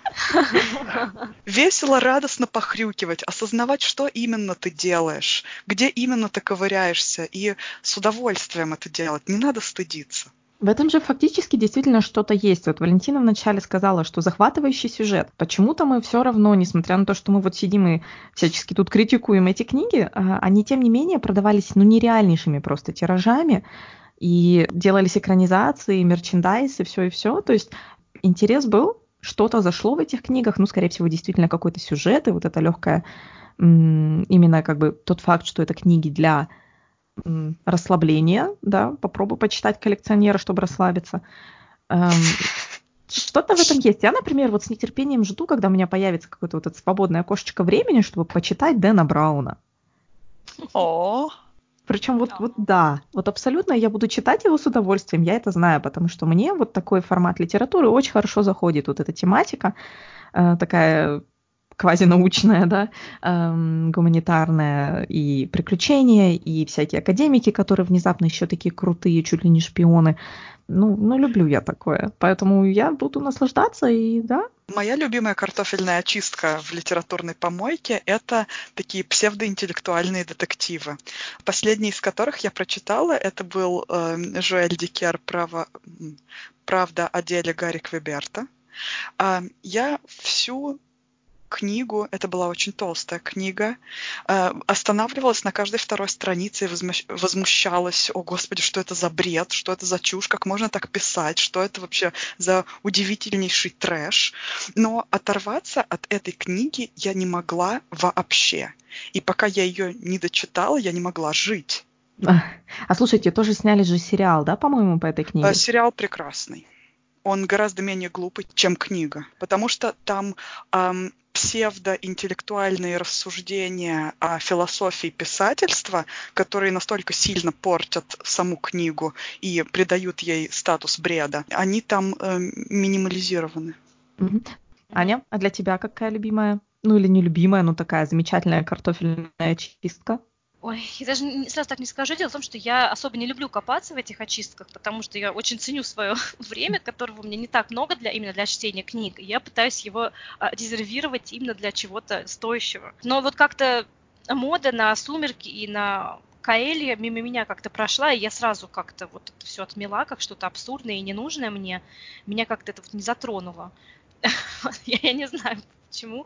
Весело, радостно похрюкивать, осознавать, что именно ты делаешь, где именно ты ковыряешься, и с удовольствием это делать. Не надо стыдиться. В этом же фактически действительно что-то есть. Вот Валентина вначале сказала, что захватывающий сюжет. Почему-то мы все равно, несмотря на то, что мы вот сидим и всячески тут критикуем эти книги, они тем не менее продавались ну нереальнейшими просто тиражами, и делались экранизации, мерчендайз и все, и все. То есть интерес был, что-то зашло в этих книгах, ну, скорее всего, действительно какой-то сюжет, и вот это легкое, именно как бы тот факт, что это книги для расслабления, да, попробуй почитать коллекционера, чтобы расслабиться. Эм, что-то в этом есть. Я, например, вот с нетерпением жду, когда у меня появится какое-то вот это свободное окошечко времени, чтобы почитать Дэна Брауна. О, Причем вот, вот да, вот абсолютно я буду читать его с удовольствием, я это знаю, потому что мне вот такой формат литературы очень хорошо заходит, вот эта тематика э, такая квазинаучная, да, эм, гуманитарная, и приключения, и всякие академики, которые внезапно еще такие крутые, чуть ли не шпионы. Ну, ну, люблю я такое. Поэтому я буду наслаждаться, и да. Моя любимая картофельная очистка в литературной помойке – это такие псевдоинтеллектуальные детективы. Последний из которых я прочитала, это был э, Жюэль Дикер «Право, «Правда о деле Гарри Квеберта». А, я всю книгу, это была очень толстая книга, э, останавливалась на каждой второй странице и возмущ- возмущалась: о господи, что это за бред, что это за чушь, как можно так писать, что это вообще за удивительнейший трэш. Но оторваться от этой книги я не могла вообще. И пока я ее не дочитала, я не могла жить. А слушайте, тоже сняли же сериал, да, по-моему, по этой Э, книге? Сериал прекрасный. Он гораздо менее глупый, чем книга, потому что там ам, псевдоинтеллектуальные рассуждения о философии писательства, которые настолько сильно портят саму книгу и придают ей статус бреда, они там эм, минимализированы. Мгм. Аня, а для тебя какая любимая? Ну или не любимая, но такая замечательная картофельная чистка? Ой, я даже не- сразу так не скажу. Дело в том, что я особо не люблю копаться в этих очистках, потому что я очень ценю свое время, которого у меня не так много для именно для чтения книг. И я пытаюсь его а, резервировать именно для чего-то стоящего. Но вот как-то мода на «Сумерки» и на Каэлья мимо меня как-то прошла, и я сразу как-то вот это все отмела, как что-то абсурдное и ненужное мне. Меня как-то это вот не затронуло. Я я не знаю почему.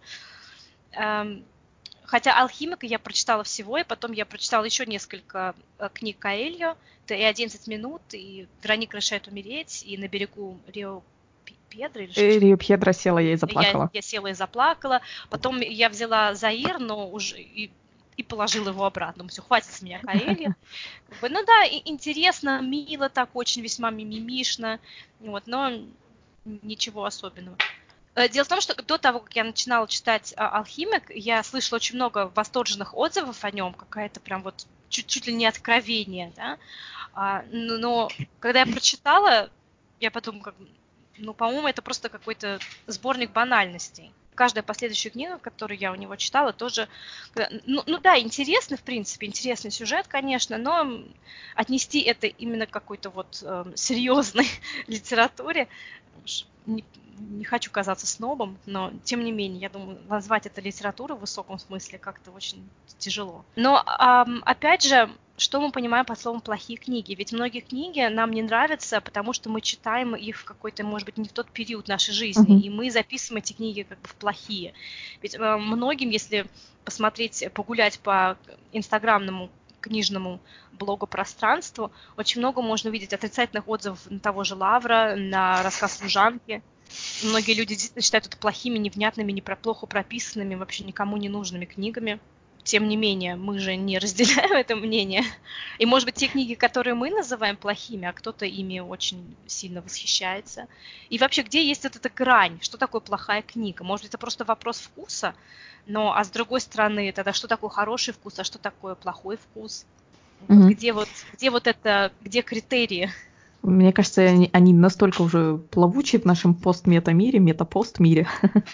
Эм, Хотя «Алхимика» я прочитала всего, и потом я прочитала еще несколько э, книг Коэльо. Это и «одиннадцать минут», и «Вероника решает умереть», и «На берегу Рио Пи- Педро», или что- Э, что- Рио Пьедро села, я и я, заплакала. я села и заплакала. Потом я взяла «Заир», но уже и, и положила его обратно. Все, хватит с меня Коэльо. Как бы, ну да, и интересно, мило так, очень весьма мимимишно, вот, но ничего особенного. Э, Дело в том, что до того, как я начинала читать а, «Алхимик», я слышала очень много восторженных отзывов о нем, какая-то прям вот чуть, чуть ли не откровение, да. А, но, но когда я прочитала, я подумала, как, ну, по-моему, это просто какой-то сборник банальностей. Каждая последующая книга, которую я у него читала, тоже, э, ну, ну да, интересно, в принципе, интересный сюжет, конечно, но отнести это именно к какой-то вот э, серьезной литературе, уж не, не хочу казаться снобом, но тем не менее, я думаю, назвать это литературой в высоком смысле как-то очень тяжело. Но ам, опять же, что мы понимаем под словом «плохие книги»? Ведь многие книги нам не нравятся, потому что мы читаем их в какой-то, может быть, не в тот период нашей жизни, Мгм. и мы записываем эти книги как бы в плохие. Ведь э, многим, если посмотреть, погулять по инстаграмному книжному блогопространству, очень много можно увидеть отрицательных отзывов на того же Лавра, на рассказ «Служанки». Многие люди действительно считают это плохими, невнятными, не про плохо прописанными, вообще никому не нужными книгами. Тем не менее, мы же не разделяем это мнение. И, может быть, те книги, которые мы называем плохими, а кто-то ими очень сильно восхищается. И вообще, где есть вот эта грань? Что такое плохая книга? Может быть, это просто вопрос вкуса? Но, а с другой стороны, тогда что такое хороший вкус, а что такое плохой вкус? Вот Мгм. где вот, где вот это, где критерии? Мне кажется, они, они настолько уже плавучи в нашем пост-мета-мире, мета-пост-мире.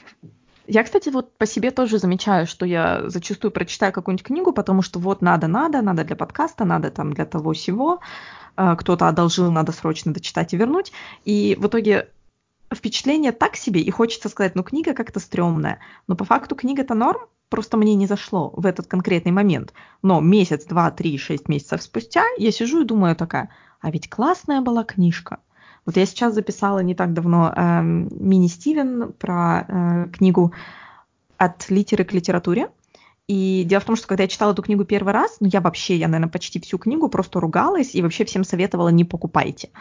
Я, кстати, вот по себе тоже замечаю, что я зачастую прочитаю какую-нибудь книгу, потому что вот надо-надо, надо для подкаста, надо там для того-сего, э, кто-то одолжил, надо срочно дочитать и вернуть. И в итоге впечатление так себе, и хочется сказать, ну, книга как-то стрёмная. Но по факту книга-то норм, просто мне не зашло в этот конкретный момент. Но месяц, два, три, шесть месяцев спустя я сижу и думаю такая, а ведь классная была книжка. Вот я сейчас записала не так давно э, мини-Стивен про э, книгу «От литеры к литературе». И дело в том, что когда я читала эту книгу первый раз, ну я вообще, я, наверное, почти всю книгу просто ругалась и вообще всем советовала не покупайте.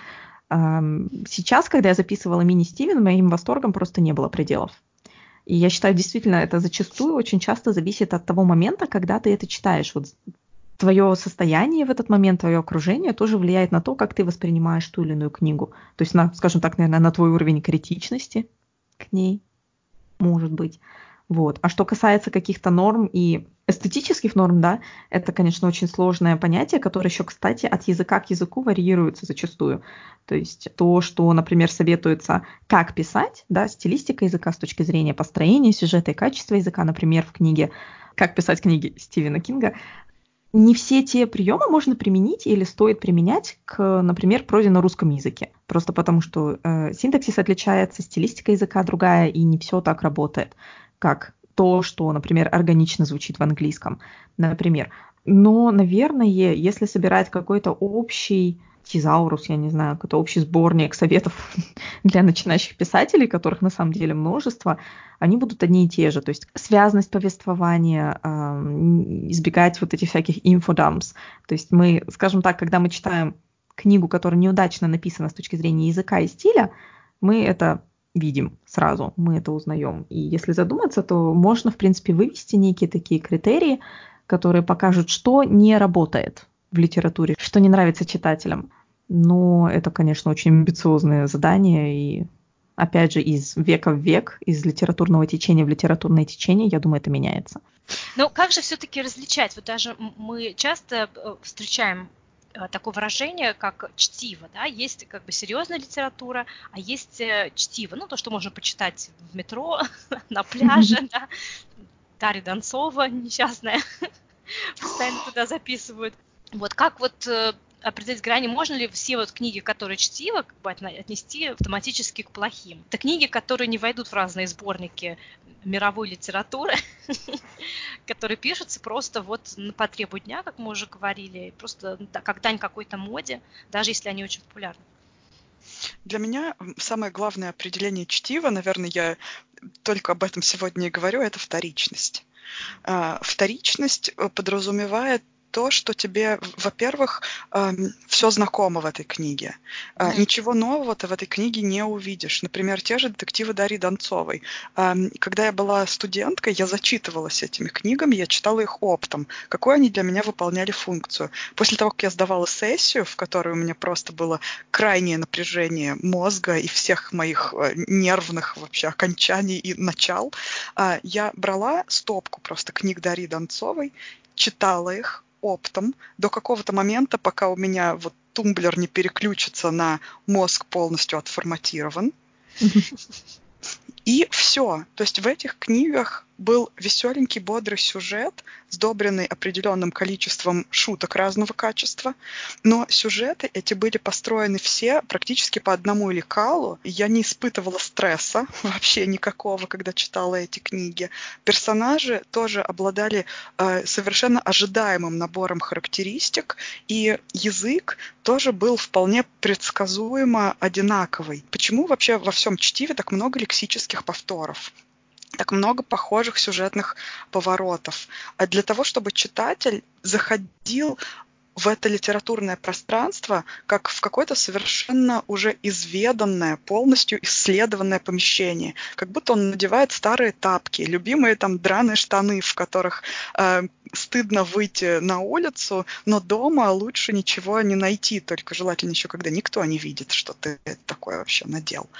Сейчас, когда я записывала мини-Стивен, моим восторгом просто не было пределов. И я считаю, действительно, это зачастую очень часто зависит от того момента, когда ты это читаешь. Вот твое состояние в этот момент, твое окружение тоже влияет на то, как ты воспринимаешь ту или иную книгу. То есть, на, скажем так, наверное, на твой уровень критичности к ней, может быть. Вот. А что касается каких-то норм и эстетических норм, да, это, конечно, очень сложное понятие, которое еще, кстати, от языка к языку варьируется зачастую. То есть то, что, например, советуется, как писать, да, стилистика языка с точки зрения построения сюжета и качества языка, например, в книге «Как писать книги» Стивена Кинга, не все те приемы можно применить или стоит применять к, например, прозе на русском языке. Просто потому, что э, синтаксис отличается, стилистика языка другая, и не все так работает, как то, что, например, органично звучит в английском, например. Но, наверное, если собирать какой-то общий Тезаурус, я не знаю, какой-то общий сборник советов для начинающих писателей, которых на самом деле множество, они будут одни и те же. То есть связность повествования, избегать вот этих всяких инфодампс. То есть мы, скажем так, когда мы читаем книгу, которая неудачно написана с точки зрения языка и стиля, мы это видим сразу, мы это узнаем. И если задуматься, то можно, в принципе, вывести некие такие критерии, которые покажут, что не работает в литературе, что не нравится читателям. Но это, конечно, очень амбициозное задание, и, опять же, из века в век, из литературного течения в литературное течение, я думаю, это меняется. Но как же все-таки различать? Вот даже мы часто встречаем такое выражение, как чтиво, да, есть как бы серьезная литература, а есть чтиво, ну, то, что можно почитать в метро, на пляже, да, Дарья Донцова несчастная, постоянно туда записывают. Вот как вот определить грани, можно ли все вот книги, которые чтиво, как бы отнести автоматически к плохим? Это книги, которые не войдут в разные сборники мировой литературы, которые пишутся просто вот по требу дня, как мы уже говорили, просто как дань какой-то моде, даже если они очень популярны. Для меня самое главное определение чтива, наверное, я только об этом сегодня и говорю, это вторичность. Вторичность подразумевает то, что тебе, во-первых, все знакомо в этой книге. Mm-hmm. Ничего нового ты в этой книге не увидишь. Например, те же детективы Дарьи Донцовой. Когда я была студенткой, я зачитывалась этими книгами, я читала их оптом. Какую они для меня выполняли функцию. После того, как я сдавала сессию, в которой у меня просто было крайнее напряжение мозга и всех моих нервных вообще окончаний и начал, я брала стопку просто книг Дарьи Донцовой, читала их оптом до какого-то момента, пока у меня вот тумблер не переключится на мозг полностью отформатирован. И все. То есть в этих книгах был веселенький, бодрый сюжет, сдобренный определенным количеством шуток разного качества, но сюжеты эти были построены все практически по одному лекалу, и я не испытывала стресса вообще никакого, когда читала эти книги. Персонажи тоже обладали э, совершенно ожидаемым набором характеристик, и язык тоже был вполне предсказуемо одинаковый. Почему вообще во всем чтиве так много лексических повторов? Так много похожих сюжетных поворотов. А для того, чтобы читатель заходил в это литературное пространство как в какое-то совершенно уже изведанное, полностью исследованное помещение. Как будто он надевает старые тапки, любимые там драные штаны, в которых э, стыдно выйти на улицу, но дома лучше ничего не найти, только желательно еще, когда никто не видит, что ты такое вообще надел.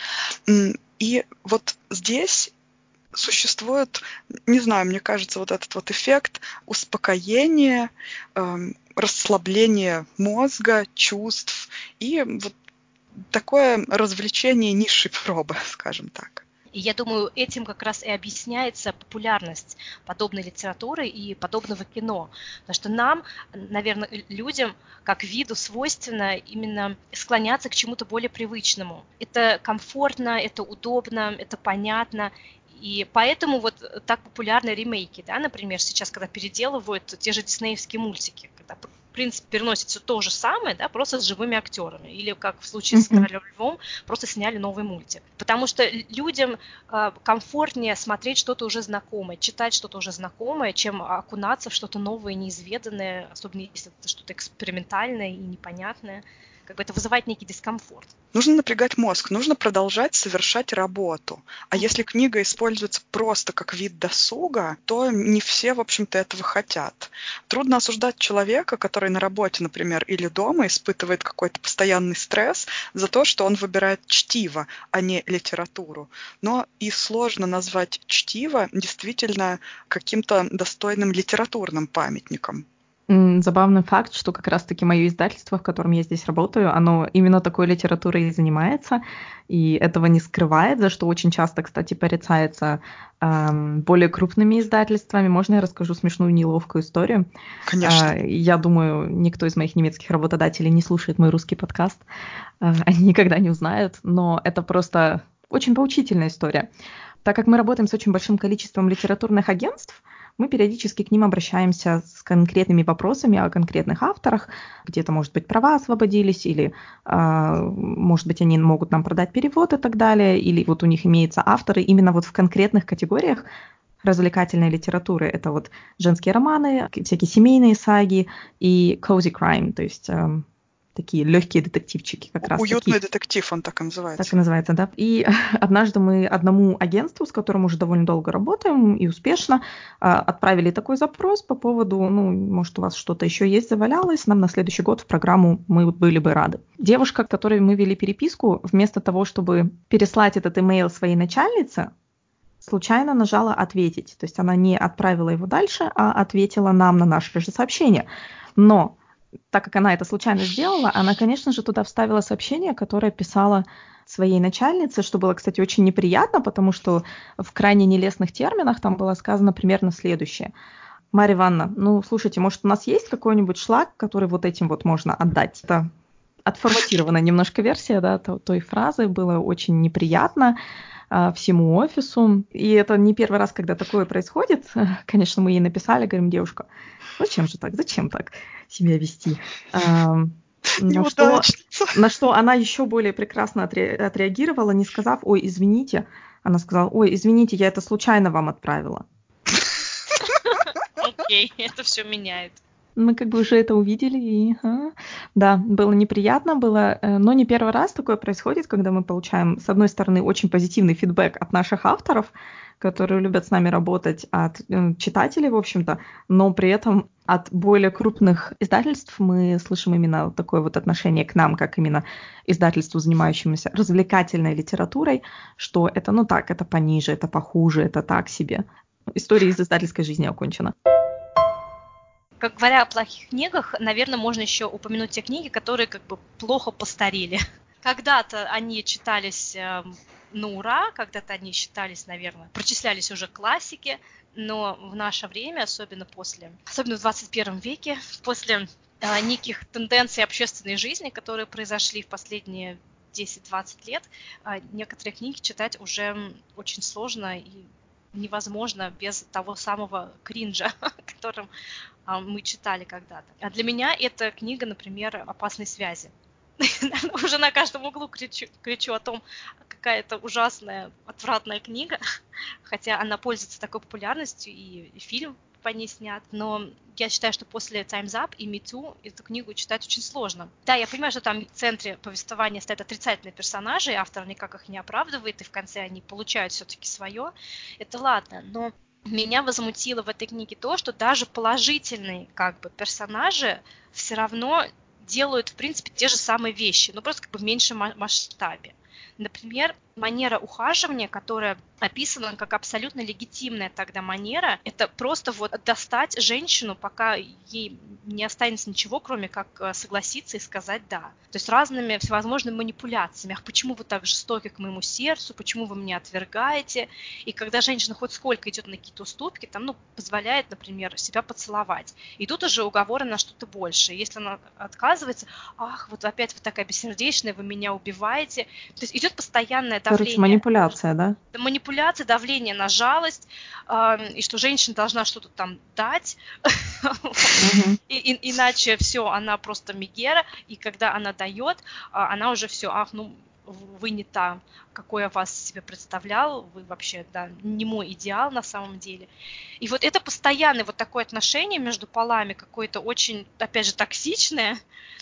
И вот здесь существует, не знаю, мне кажется, вот этот вот эффект успокоения, э, расслабления мозга, чувств и вот такое развлечение низшей пробы, скажем так. И я думаю, этим как раз и объясняется популярность подобной литературы и подобного кино. Потому что нам, наверное, людям, как виду, свойственно именно склоняться к чему-то более привычному. Это комфортно, это удобно, это понятно. И поэтому вот так популярны ремейки, да, например, сейчас, когда переделывают те же диснеевские мультики, когда, в принципе, переносят все то же самое, да, просто с живыми актерами. Или, как в случае с «Королем Львом», просто сняли новый мультик. Потому что людям э, комфортнее смотреть что-то уже знакомое, читать что-то уже знакомое, чем окунаться в что-то новое, неизведанное, особенно если это что-то экспериментальное и непонятное. Как бы это вызывает некий дискомфорт. Нужно напрягать мозг, нужно продолжать совершать работу. А mm-hmm. если книга используется просто как вид досуга, то не все, в общем-то, этого хотят. Трудно осуждать человека, который на работе, например, или дома испытывает какой-то постоянный стресс за то, что он выбирает чтиво, а не литературу. Но и сложно назвать чтиво действительно каким-то достойным литературным памятником. Забавный факт, что как раз-таки мое издательство, в котором я здесь работаю, оно именно такой литературой и занимается, и этого не скрывает, за что очень часто, кстати, порицается эм, более крупными издательствами. Можно я расскажу смешную, неловкую историю? Конечно. Э, я думаю, никто из моих немецких работодателей не слушает мой русский подкаст, э, они никогда не узнают, но это просто очень поучительная история. Так как мы работаем с очень большим количеством литературных агентств, мы периодически к ним обращаемся с конкретными вопросами о конкретных авторах. Где-то, может быть, права освободились, или, может быть, они могут нам продать перевод и так далее, или вот у них имеются авторы именно вот в конкретных категориях развлекательной литературы. Это вот женские романы, всякие семейные саги и cozy crime, то есть э, такие легкие детективчики как раз. Уютный таки. детектив, он так и называется. Так и называется, да. И однажды мы одному агентству, с которым уже довольно долго работаем и успешно, отправили такой запрос по поводу, ну, может, у вас что-то еще есть, завалялось, нам на следующий год в программу мы были бы рады. Девушка, с которой мы вели переписку, вместо того, чтобы переслать этот имейл своей начальнице, случайно нажала «Ответить». То есть она не отправила его дальше, а ответила нам на наше же сообщение. Но так как она это случайно сделала, она, конечно же, туда вставила сообщение, которое писала своей начальнице, что было, кстати, очень неприятно, потому что в крайне нелестных терминах там было сказано примерно следующее. Марья Ивановна, ну, слушайте, может, у нас есть какой-нибудь шлак, который вот этим вот можно отдать? Это отформатированная немножко версия, да, той фразы, было очень неприятно всему офису. И это не первый раз, когда такое происходит. Конечно, мы ей написали, говорим, девушка, зачем же так, зачем так себя вести? На что, на что она еще более прекрасно отре- отреагировала, не сказав, ой, извините. Она сказала, ой, извините, я это случайно вам отправила. Окей, это все меняет. Мы как бы уже это увидели, и а, да, было неприятно, было, но не первый раз такое происходит, когда мы получаем, с одной стороны, очень позитивный фидбэк от наших авторов, которые любят с нами работать, от э, читателей, в общем-то, но при этом от более крупных издательств мы слышим именно такое вот отношение к нам, как именно издательству, занимающемуся развлекательной литературой, что это, ну так, это пониже, это похуже, это так себе. История из издательской жизни окончена. Как говоря о плохих книгах, наверное, можно еще упомянуть те книги, которые как бы плохо постарели. Когда-то они читались э, на ура, когда-то они считались, наверное, причислялись уже к классике, но в наше время, особенно после, особенно в двадцать первом веке, после э, неких тенденций общественной жизни, которые произошли в последние десять-двадцать лет, э, некоторые книги читать уже очень сложно и невозможно без того самого кринжа, которым мы читали когда-то. А для меня эта книга, например, «Опасные связи». Уже на каждом углу кричу, кричу о том, какая это ужасная, отвратная книга, хотя она пользуется такой популярностью, и, и фильм по ней снят. Но я считаю, что после Time's Up и Me Too эту книгу читать очень сложно. Да, я понимаю, что там в центре повествования стоят отрицательные персонажи, и автор никак их не оправдывает, и в конце они получают все-таки свое. Это ладно, но меня возмутило в этой книге то, что даже положительные как бы персонажи все равно делают, в принципе, те же самые вещи, но просто как бы в меньшем масштабе. Например, манера ухаживания, которая описана как абсолютно легитимная тогда манера, это просто вот достать женщину, пока ей не останется ничего, кроме как согласиться и сказать «да». То есть разными всевозможными манипуляциями. Ах, почему вы так жестоки к моему сердцу, почему вы меня отвергаете? И когда женщина хоть сколько идет на какие-то уступки, там, ну, позволяет, например, себя поцеловать. И тут уже уговоры на что-то большее. Если она отказывается, ах, вот опять вы такая бессердечная, вы меня убиваете. То есть идет постоянное давление. Короче, манипуляция, да? Манипуляция, давление на жалость, э, и что женщина должна что-то там дать, Угу. и, и, иначе все, она просто мегера, и когда она дает, она уже все, ах, ну, вы не та, какой я вас себе представлял, вы вообще, да, не мой идеал на самом деле. И вот это постоянное вот такое отношение между полами, какое-то очень, опять же, токсичное.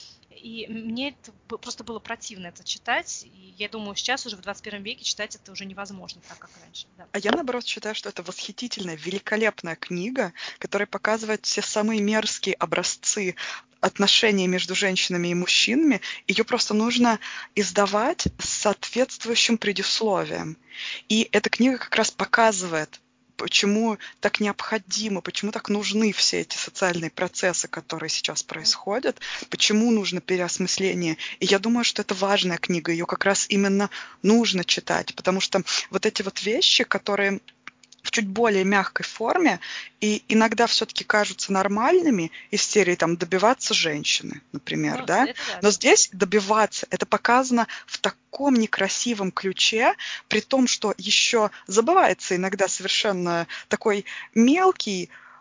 И мне это просто было противно это читать. И я думаю, сейчас уже в двадцать первом веке читать это уже невозможно так, как раньше. Да. А я, наоборот, считаю, что это восхитительная, великолепная книга, которая показывает все самые мерзкие образцы отношений между женщинами и мужчинами. Ее просто нужно издавать с соответствующим предисловием. И эта книга как раз показывает, почему так необходимо, почему так нужны все эти социальные процессы, которые сейчас происходят, почему нужно переосмысление. И я думаю, что это важная книга, ее как раз именно нужно читать, потому что вот эти вот вещи, которые в чуть более мягкой форме и иногда все-таки кажутся нормальными, из серии там добиваться женщины, например, Ну, да? это да. Но здесь добиваться, это показано в таком некрасивом ключе, при том, что еще забывается иногда совершенно такой мелкий,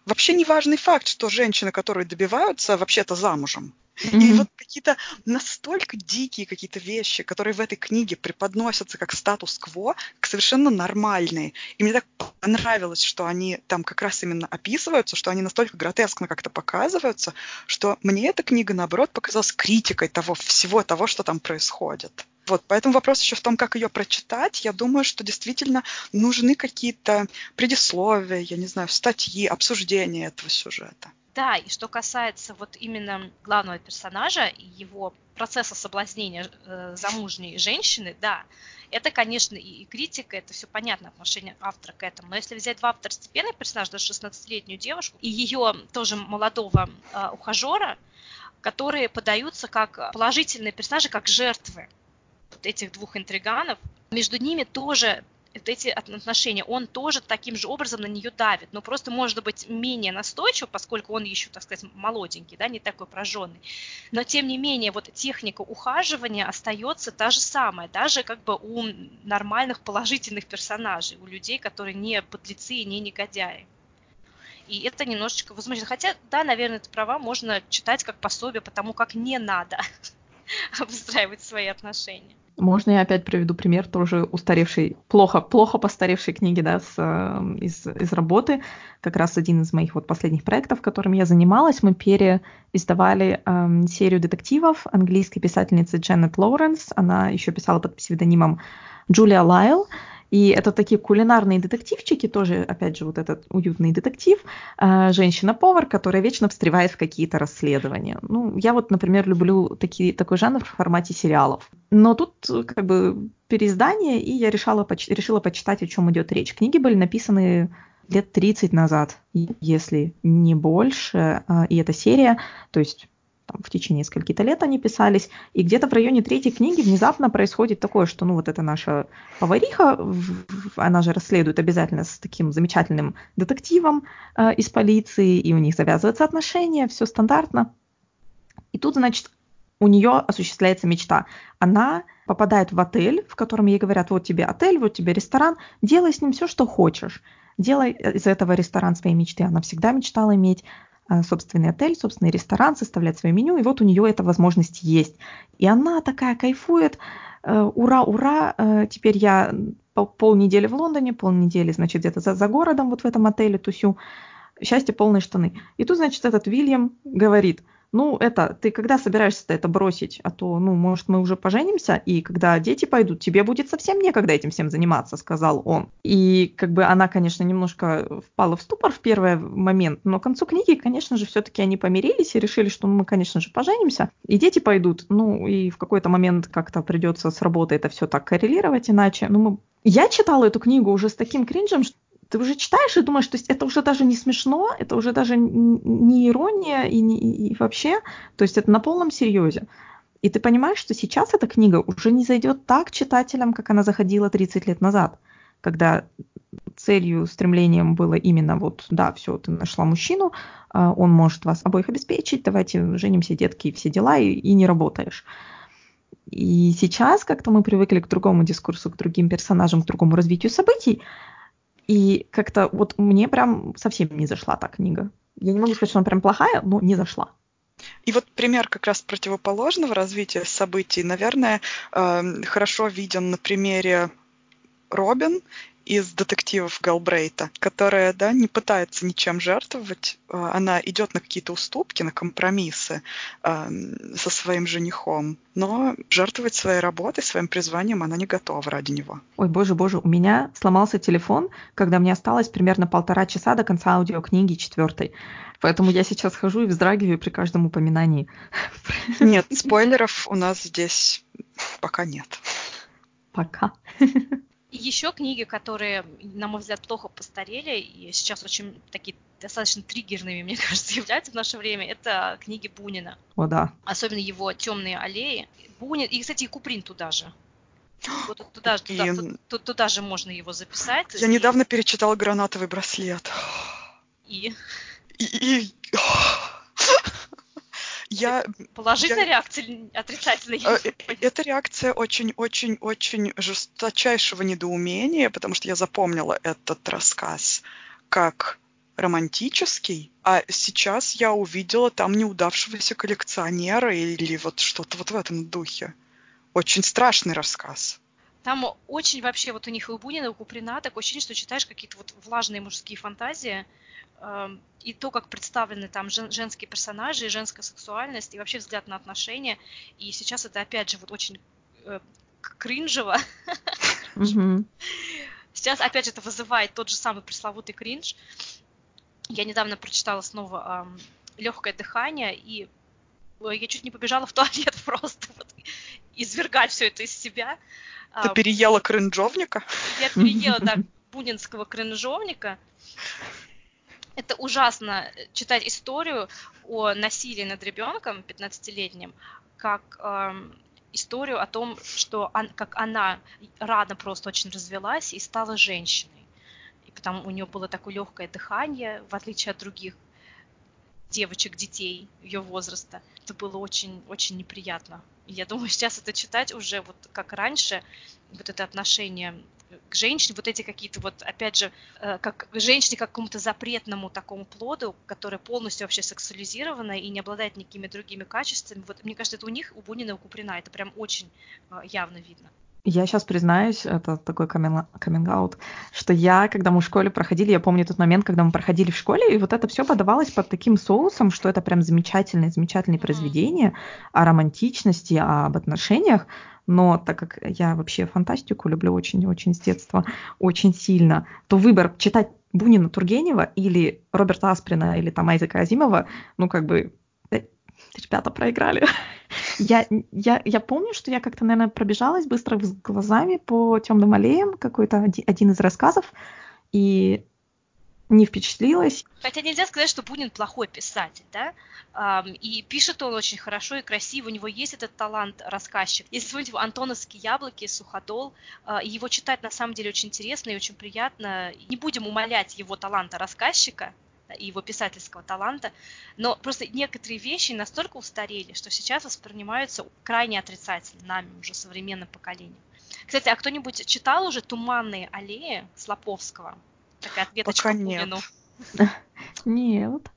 вообще неважный факт, что женщины, которые добиваются, вообще-то замужем. Mm-hmm. И вот какие-то настолько дикие какие-то вещи, которые в этой книге преподносятся как статус-кво, как совершенно нормальные. И мне так понравилось, что они там как раз именно описываются, что они настолько гротескно как-то показываются, что мне эта книга, наоборот, показалась критикой того, всего того, что там происходит. Вот, поэтому вопрос еще в том, как ее прочитать. Я думаю, что действительно нужны какие-то предисловия, я не знаю, статьи, обсуждения этого сюжета. Да, и что касается вот именно главного персонажа и его процесса соблазнения э, замужней женщины, да, это, конечно, и, и критика, это все понятно, отношение автора к этому. Но если взять два второстепенных персонажа, даже шестнадцатилетнюю девушку и ее тоже молодого э, ухажера, которые подаются как положительные персонажи, как жертвы вот этих двух интриганов, между ними тоже вот эти отношения, он тоже таким же образом на нее давит, но просто может быть менее настойчив, поскольку он еще, так сказать, молоденький, да, не такой прожженный. Но тем не менее, вот техника ухаживания остается та же самая, даже как бы у нормальных положительных персонажей, у людей, которые не подлецы и не негодяи. И это немножечко возмущает. Хотя, да, наверное, ты права, можно читать как пособие по тому, как не надо выстраивать свои отношения. Можно я опять приведу пример тоже устаревшей, плохо, плохо постаревшей книги, да, с, из, из работы. Как раз один из моих вот последних проектов, которыми я занималась, мы переиздавали эм, серию детективов английской писательницы Дженнет Лоуренс. Она еще писала под псевдонимом Джулия Лайл. И это такие кулинарные детективчики, тоже, опять же, вот этот уютный детектив, э, женщина-повар, которая вечно встревает в какие-то расследования. Ну, я вот, например, люблю такие, такой жанр в формате сериалов. Но тут как бы переиздание, и я решила, поч- решила почитать, о чем идет речь. Книги были написаны лет тридцать назад, если не больше, э, и эта серия, то есть... Там, в течение нескольких лет они писались, и где-то в районе третьей книги внезапно происходит такое, что, ну, вот эта наша повариха, она же расследует обязательно с таким замечательным детективом э, из полиции, и у них завязываются отношения, все стандартно. И тут, значит, у нее осуществляется мечта. Она попадает в отель, в котором ей говорят, вот тебе отель, вот тебе ресторан, делай с ним все, что хочешь. Делай из этого ресторан своей мечты. Она всегда мечтала иметь собственный отель, собственный ресторан, составлять свое меню, и вот у нее эта возможность есть. И она такая кайфует, ура, ура, теперь я полнедели в Лондоне, полнедели, значит, где-то за, за городом, вот в этом отеле тусю, счастье, полные штаны. И тут, значит, этот Вильям говорит, ну, это, ты когда собираешься это бросить? А то, ну, может, мы уже поженимся, и когда дети пойдут, тебе будет совсем некогда этим всем заниматься, сказал он. И как бы она, конечно, немножко впала в ступор в первый момент, но к концу книги, конечно же, все-таки они помирились и решили, что ну, мы, конечно же, поженимся, и дети пойдут. Ну, и в какой-то момент как-то придется с работы это все так коррелировать, иначе, ну, мы... Я читала эту книгу уже с таким кринжем, что ты уже читаешь и думаешь, то есть это уже даже не смешно, это уже даже не ирония и, не, и вообще, то есть это на полном серьезе. И ты понимаешь, что сейчас эта книга уже не зайдет так читателям, как она заходила тридцать лет назад, когда целью, стремлением было именно вот, да, все, ты нашла мужчину, он может вас обоих обеспечить, давайте женимся, детки, и все дела, и, и не работаешь. И сейчас как-то мы привыкли к другому дискурсу, к другим персонажам, к другому развитию событий. И как-то вот мне прям совсем не зашла та книга. Я не могу сказать, что она прям плохая, но не зашла. И вот пример как раз противоположного развития событий, наверное, хорошо виден на примере Робин из детективов Галбрейта, которая, да, не пытается ничем жертвовать, она идет на какие-то уступки, на компромиссы э, со своим женихом, но жертвовать своей работой, своим призванием она не готова ради него. Ой, боже, боже, у меня сломался телефон, когда мне осталось примерно полтора часа до конца аудиокниги четвертой. Поэтому я сейчас хожу и вздрагиваю при каждом упоминании. Нет, спойлеров у нас здесь пока нет. Пока. Еще книги, которые, на мой взгляд, плохо постарели и сейчас очень такие достаточно триггерными, мне кажется, являются в наше время, это книги Бунина. О, да. Особенно его «Темные аллеи». Бунин, и, кстати, и Куприн туда же. Вот туда, туда, туда, туда же можно его записать. Я и... недавно перечитала «Гранатовый браслет». И? И... и... Я, Положительная я, реакция или отрицательная? Это реакция очень-очень-очень жесточайшего недоумения, потому что я запомнила этот рассказ как романтический, а сейчас я увидела там неудавшегося коллекционера или вот что-то вот в этом духе. Очень страшный рассказ. Там очень вообще, вот у них и у Бунина, и у Куприна такое ощущение, что читаешь какие-то вот влажные мужские фантазии, э, и то, как представлены там жен, женские персонажи, и женская сексуальность, и вообще взгляд на отношения. И сейчас это, опять же, вот очень э, кринжево. Сейчас, опять же, это вызывает тот же самый пресловутый кринж. Я недавно прочитала снова э, «Легкое дыхание», и я чуть не побежала в туалет просто вот, извергать все это из себя. Ты переела кринжовника? Я переела, да, бунинского кринжовника. Это ужасно читать историю о насилии над ребенком пятнадцатилетним, как э, историю о том, что он, как она рано просто очень развелась и стала женщиной. И потому у нее было такое легкое дыхание, в отличие от других девочек, детей ее возраста. Это было очень-очень неприятно. И я думаю, сейчас это читать уже вот как раньше, вот это отношение к женщине, вот эти какие-то вот, опять же, как к женщине, как к какому-то запретному такому плоду, которая полностью вообще сексуализирована и не обладает никакими другими качествами. Вот мне кажется, это у них, у Бунина и у Куприна, это прям очень явно видно. Я сейчас признаюсь, это такой каминг-аут, что я, когда мы в школе проходили, я помню тот момент, когда мы проходили в школе, и вот это все подавалось под таким соусом, что это прям замечательное, замечательное mm-hmm. произведение о романтичности, об отношениях, но так как я вообще фантастику люблю очень-очень с детства, очень сильно, то выбор читать Бунина, Тургенева или Роберта Асприна или там Айзека Азимова, ну как бы, ребята проиграли. Я, я, я помню, что я как-то, наверное, пробежалась быстро глазами по «Темным аллеям», какой-то один, один из рассказов, и не впечатлилась. Хотя нельзя сказать, что Бунин плохой писатель, да? И пишет он очень хорошо и красиво, у него есть этот талант рассказчик. Если вспомнить его «Антоновские яблоки», «Суходол», его читать на самом деле очень интересно и очень приятно. Не будем умалять его таланта рассказчика и его писательского таланта, но просто некоторые вещи настолько устарели, что сейчас воспринимаются крайне отрицательно нами, уже современным поколением. Кстати, а кто-нибудь читал уже «Туманные аллеи» Слаповского? Такая ответочка Пока Бунину. Нет.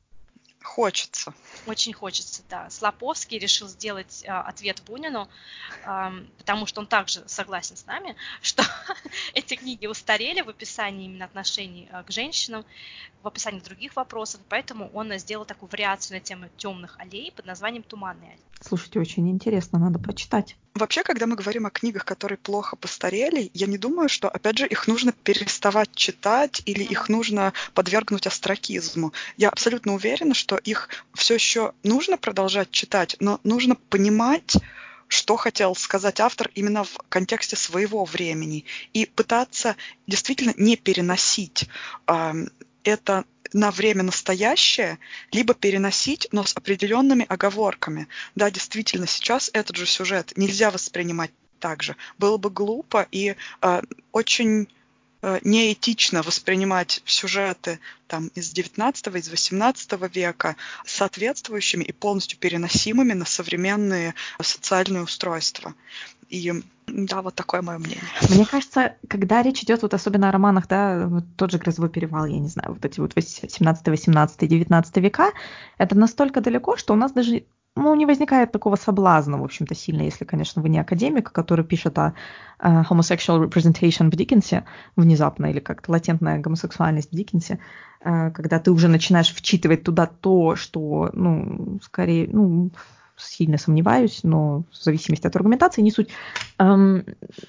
Хочется. Очень хочется, да. Слаповский решил сделать а, ответ Бунину, а, потому что он также согласен с нами, что эти книги устарели в описании именно отношений а, к женщинам, в описании других вопросов, поэтому он сделал такую вариацию на тему темных аллей под названием «Туманные аллеи». Слушайте, очень интересно, надо почитать. Вообще, когда мы говорим о книгах, которые плохо постарели, я не думаю, что, опять же, их нужно переставать читать или mm-hmm. их нужно подвергнуть остракизму. Я абсолютно уверена, что их все еще нужно продолжать читать, но нужно понимать, что хотел сказать автор именно в контексте своего времени, и пытаться действительно не переносить э, это на время настоящее, либо переносить, но с определенными оговорками. Да, действительно, сейчас этот же сюжет нельзя воспринимать так же. Было бы глупо и э, очень э, неэтично воспринимать сюжеты там, из девятнадцатого, из восемнадцатого века соответствующими и полностью переносимыми на современные социальные устройства. И да, вот такое мое мнение. Мне кажется, когда речь идет вот особенно о романах, да, вот тот же «Грозовой перевал», я не знаю, вот эти вот семнадцатый, восемнадцатый, девятнадцатый века, это настолько далеко, что у нас даже ну, не возникает такого соблазна, в общем-то, сильно, если, конечно, вы не академик, который пишет о uh, homosexual representation в Диккенсе внезапно, или как-то латентная гомосексуальность в Диккенсе, uh, когда ты уже начинаешь вчитывать туда то, что, ну, скорее, ну, сильно сомневаюсь, но в зависимости от аргументации не суть. А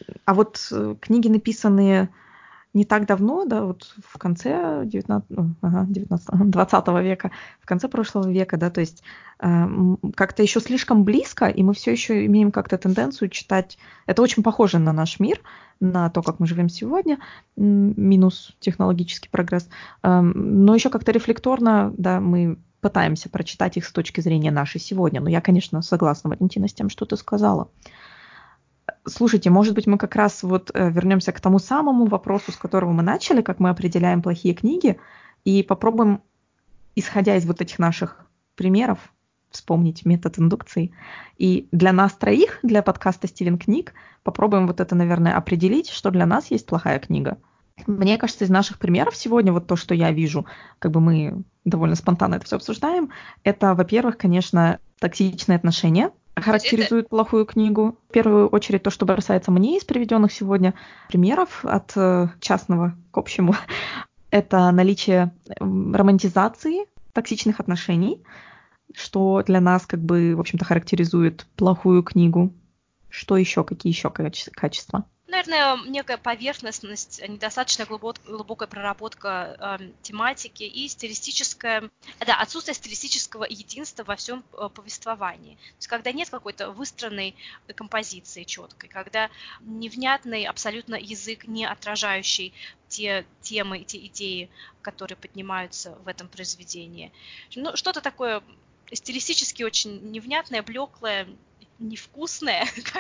вот книги, написанные не так давно, да, вот в конце девятнадцатого, ага, девятнадцатого, двадцатого века, в конце прошлого века, да, то есть как-то еще слишком близко, и мы все еще имеем как-то тенденцию читать. Это очень похоже на наш мир, на то, как мы живем сегодня, минус технологический прогресс, но еще как-то рефлекторно, да, мы пытаемся прочитать их с точки зрения нашей сегодня. Но я, конечно, согласна, Валентина, с тем, что ты сказала. Слушайте, может быть, мы как раз вот вернемся к тому самому вопросу, с которого мы начали, как мы определяем плохие книги, и попробуем, исходя из вот этих наших примеров, вспомнить метод индукции. И для нас троих, для подкаста «Стивен Книг», попробуем вот это, наверное, определить, что для нас есть плохая книга. Мне кажется, из наших примеров сегодня, вот то, что я вижу, как бы мы довольно спонтанно это все обсуждаем, это, во-первых, конечно, токсичные отношения характеризуют это... плохую книгу. В первую очередь то, что бросается мне из приведенных сегодня примеров от частного к общему, это наличие романтизации токсичных отношений, что для нас как бы, в общем-то, характеризует плохую книгу. Что еще? Какие еще качества? Наверное, некая поверхностность, недостаточно глубок, глубокая проработка э, тематики и стилистическое, да, отсутствие стилистического единства во всем э, повествовании. То есть когда нет какой-то выстроенной композиции четкой, когда невнятный абсолютно язык, не отражающий те темы, те идеи, которые поднимаются в этом произведении. Ну, что-то такое стилистически очень невнятное, блеклое, невкусное, как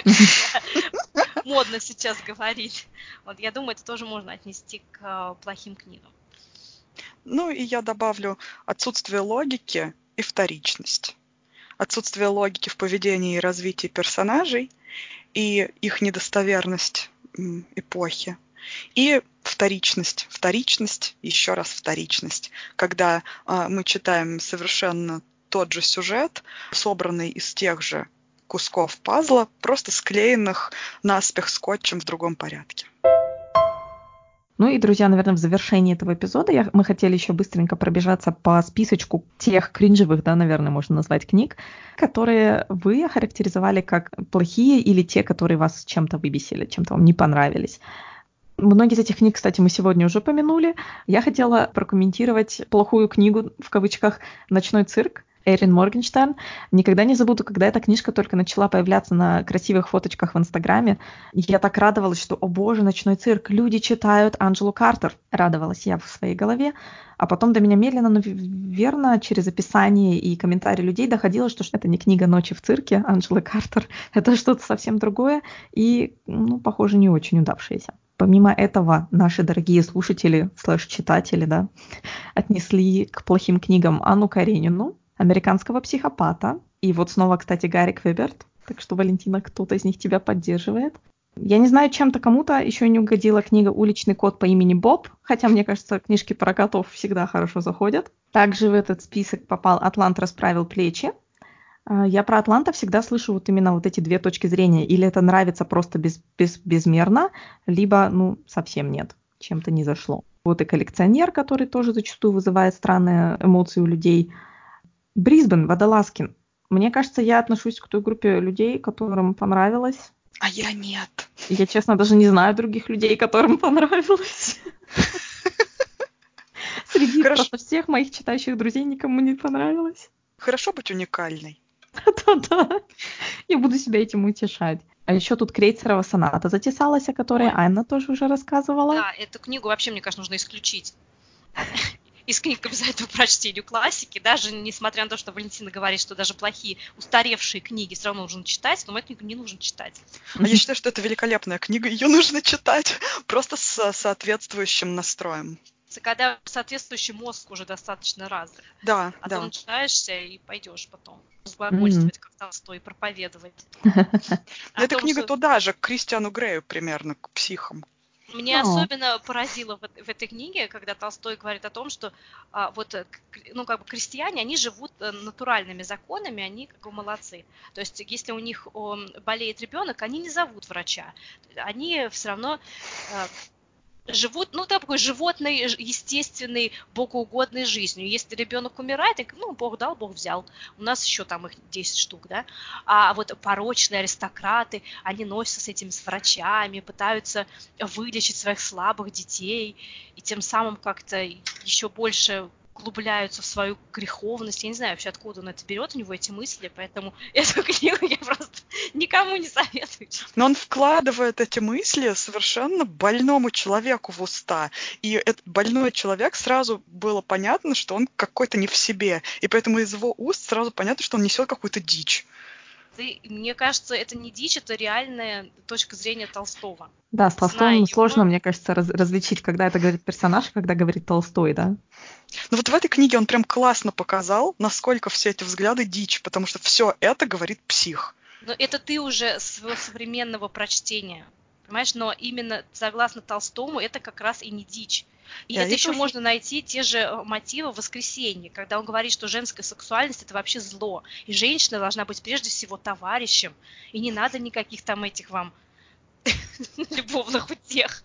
модно сейчас говорить. Вот, я думаю, это тоже можно отнести к э, плохим книгам. Ну и я добавлю отсутствие логики и вторичность. Отсутствие логики в поведении и развитии персонажей и их недостоверность м, эпохи. И вторичность. Вторичность, еще раз вторичность. Когда э, мы читаем совершенно тот же сюжет, собранный из тех же кусков пазла, просто склеенных наспех скотчем в другом порядке. Ну и, друзья, наверное, в завершении этого эпизода я, мы хотели еще быстренько пробежаться по списочку тех кринжевых, да, наверное, можно назвать книг, которые вы охарактеризовали как плохие или те, которые вас чем-то выбесили, чем-то вам не понравились. Многие из этих книг, кстати, мы сегодня уже помянули. Я хотела прокомментировать плохую книгу, в кавычках, «Ночной цирк». Эрин Моргенштерн. Никогда не забуду, когда эта книжка только начала появляться на красивых фоточках в Инстаграме. Я так радовалась, что, о боже, «Ночной цирк», люди читают Анджелу Картер. Радовалась я в своей голове. А потом до меня медленно, но верно, через описание и комментарии людей доходило, что это не книга «Ночи в цирке» Анджелы Картер. Это что-то совсем другое и, ну, похоже, не очень удавшееся. Помимо этого, наши дорогие слушатели, слэш-читатели, да, отнесли к плохим книгам Анну Каренину, «Американского психопата». И вот снова, кстати, Гарри Квеберт. Так что, Валентина, кто-то из них тебя поддерживает. Я не знаю, чем-то кому-то еще не угодила книга «Уличный кот по имени Боб», хотя, мне кажется, книжки про котов всегда хорошо заходят. Также в этот список попал «Атлант расправил плечи». Я про «Атланта» всегда слышу вот именно вот эти две точки зрения. Или это нравится просто без, без, безмерно, либо, ну, совсем нет, чем-то не зашло. Вот и «Коллекционер», который тоже зачастую вызывает странные эмоции у людей. Брисбен, Водолазкин. Мне кажется, я отношусь к той группе людей, которым понравилось. А я нет. Я, честно, даже не знаю других людей, которым понравилось. Среди просто всех моих читающих друзей никому не понравилось. Хорошо быть уникальной. Да-да. Я буду себя этим утешать. А еще тут Крейцерова соната затесалась, о которой Анна тоже уже рассказывала. Да, эту книгу вообще, мне кажется, нужно исключить из книг к обязательному прочтению классики, даже несмотря на то, что Валентина говорит, что даже плохие, устаревшие книги все равно нужно читать, но эту книгу не нужно читать. А я считаю, что это великолепная книга, ее нужно читать просто с соответствующим настроем. Когда соответствующий мозг уже достаточно развит. Да, а да. то начинаешься и пойдешь потом разглагольствовать, mm-hmm. как Толстой, проповедовать. Эта книга туда же, к Кристиану Грею примерно, к психам. Мне oh. особенно поразило в, в этой книге, когда Толстой говорит о том, что а, вот, ну, как бы крестьяне, они живут натуральными законами, они как бы молодцы. То есть, если у них о, болеет ребенок, они не зовут врача. Они все равно а, живут, ну, такой животной, естественной, богоугодной жизнью. Если ребенок умирает, ну, Бог дал, Бог взял. У нас еще там их десять штук, да. А вот порочные аристократы, они носятся с этими с врачами, пытаются вылечить своих слабых детей, и тем самым как-то еще больше углубляются в свою греховность. Я не знаю вообще, откуда он это берет, у него эти мысли, поэтому эту книгу я просто никому не советую. Но он вкладывает эти мысли совершенно больному человеку в уста. И этот больной человек, сразу было понятно, что он какой-то не в себе. И поэтому из его уст сразу понятно, что он несет какую-то дичь. И, мне кажется, это не дичь, это реальная точка зрения Толстого. Да, с Толстым сложно, его... мне кажется, раз, различить, когда это говорит персонаж, а когда говорит Толстой, да? Ну вот в этой книге он прям классно показал, насколько все эти взгляды дичь, потому что все это говорит псих. Но это ты уже своего современного прочтения. Понимаешь, но именно согласно Толстому это как раз и не дичь. И Я это еще тоже... можно найти те же мотивы в «Воскресенье», когда он говорит, что женская сексуальность – это вообще зло. И женщина должна быть прежде всего товарищем. И не надо никаких там этих вам любовных утех.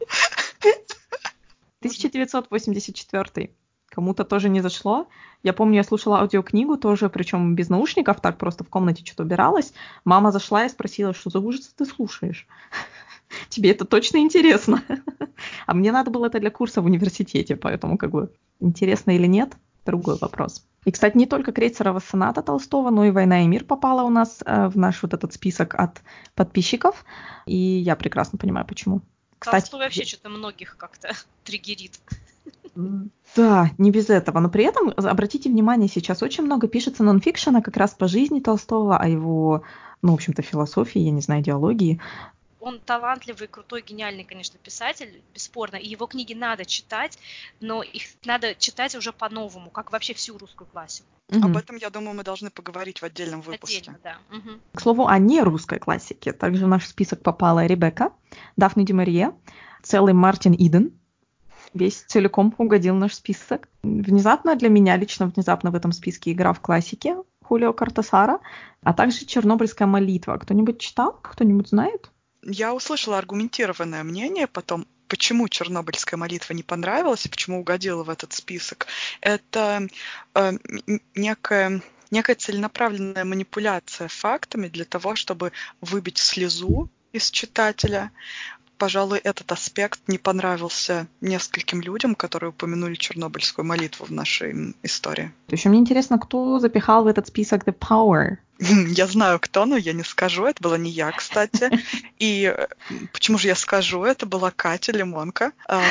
тысяча девятьсот восемьдесят четвёртый. Кому-то тоже не зашло. Я помню, я слушала аудиокнигу тоже, причем без наушников, так просто в комнате что-то убиралась. Мама зашла и спросила, что за ужас ты слушаешь? Тебе это точно интересно? А мне надо было это для курса в университете, поэтому как бы интересно или нет, другой вопрос. И, кстати, не только «Крейцерова соната» Толстого, но и «Война и мир» попала у нас э, в наш вот этот список от подписчиков, и я прекрасно понимаю, почему. Кстати, Толстой вообще что-то многих как-то триггерит. Да, не без этого. Но при этом, обратите внимание, сейчас очень много пишется нонфикшена как раз по жизни Толстого, о его, ну, в общем-то, философии, я не знаю, идеологии. Он талантливый, крутой, гениальный, конечно, писатель, бесспорно, и его книги надо читать, но их надо читать уже по-новому, как вообще всю русскую классику. Угу. Об этом, я думаю, мы должны поговорить в отдельном выпуске. Отдельно, да. Угу. К слову, о нерусской классике. Также в наш список попала Ребекка, Дафна дю Марье, целый Мартин Иден. Весь целиком угодил в наш список. Внезапно для меня, лично внезапно в этом списке игра в классике Хулио Кортасара, а также «Чернобыльская молитва». Кто-нибудь читал? Кто-нибудь знает? Я услышала аргументированное мнение потом, почему «Чернобыльская молитва» не понравилась и почему угодила в этот список. Это э, некая, некая целенаправленная манипуляция фактами для того, чтобы выбить слезу из читателя. Пожалуй, этот аспект не понравился нескольким людям, которые упомянули «Чернобыльскую молитву» в нашей истории. Еще мне интересно, кто запихал в этот список «The Power»? Я знаю, кто, но я не скажу. Это была не я, кстати. И почему же я скажу? Это была Катя Лимонка.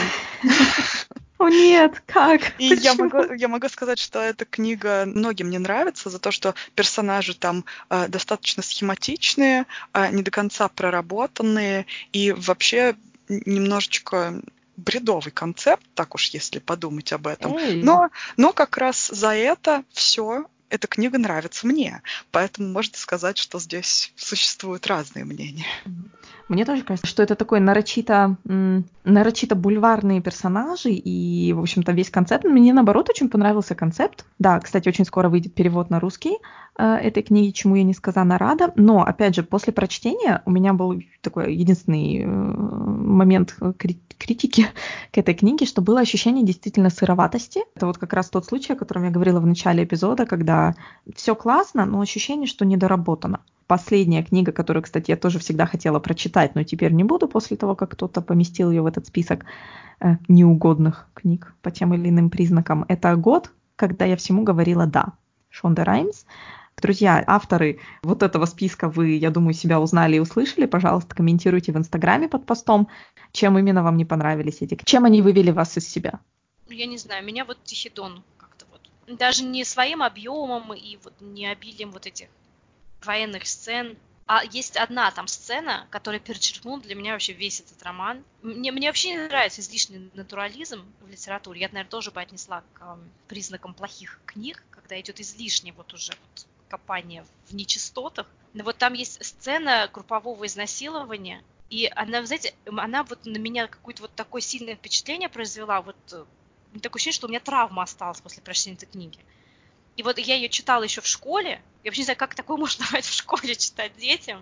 О нет, как? И я могу, я могу сказать, что эта книга многим не нравится за то, что персонажи там э, достаточно схематичные, э, не до конца проработанные и вообще немножечко бредовый концепт, так уж если подумать об этом. Но, но как раз за это все эта книга нравится мне. Поэтому можно сказать, что здесь существуют разные мнения. Мне тоже кажется, что это такой нарочито, м, нарочито бульварные персонажи, и, в общем-то, весь концепт. Мне, наоборот, очень понравился концепт. Да, кстати, очень скоро выйдет перевод на русский э, этой книги, чему я несказанно рада. Но, опять же, после прочтения у меня был такой единственный э, момент кри- критики к этой книге, что было ощущение действительно сыроватости. Это вот как раз тот случай, о котором я говорила в начале эпизода, когда все классно, но ощущение, что недоработано. Последняя книга, которую, кстати, я тоже всегда хотела прочитать, но теперь не буду после того, как кто-то поместил ее в этот список э, неугодных книг по тем или иным признакам. Это «Год, когда я всему говорила «да». Шонда Раймс. Друзья, авторы вот этого списка вы, я думаю, себя узнали и услышали. Пожалуйста, комментируйте в Инстаграме под постом, чем именно вам не понравились эти, чем они вывели вас из себя. Я не знаю, меня вот «Тихий Дон» как-то вот, даже не своим объемом и вот не обилием вот этих военных сцен. А есть одна там сцена, которая перечеркнула для меня вообще весь этот роман. Мне, мне вообще не нравится излишний натурализм в литературе. Я, наверное, тоже бы отнесла к э, признакам плохих книг, когда идет излишнее вот уже вот копание в нечистотах. Но вот там есть сцена группового изнасилования, и она, знаете, она вот на меня какое-то вот такое сильное впечатление произвела, вот такое ощущение, что у меня травма осталась после прочтения этой книги. И вот я ее читала еще в школе. Я вообще не знаю, как такое можно в школе читать детям.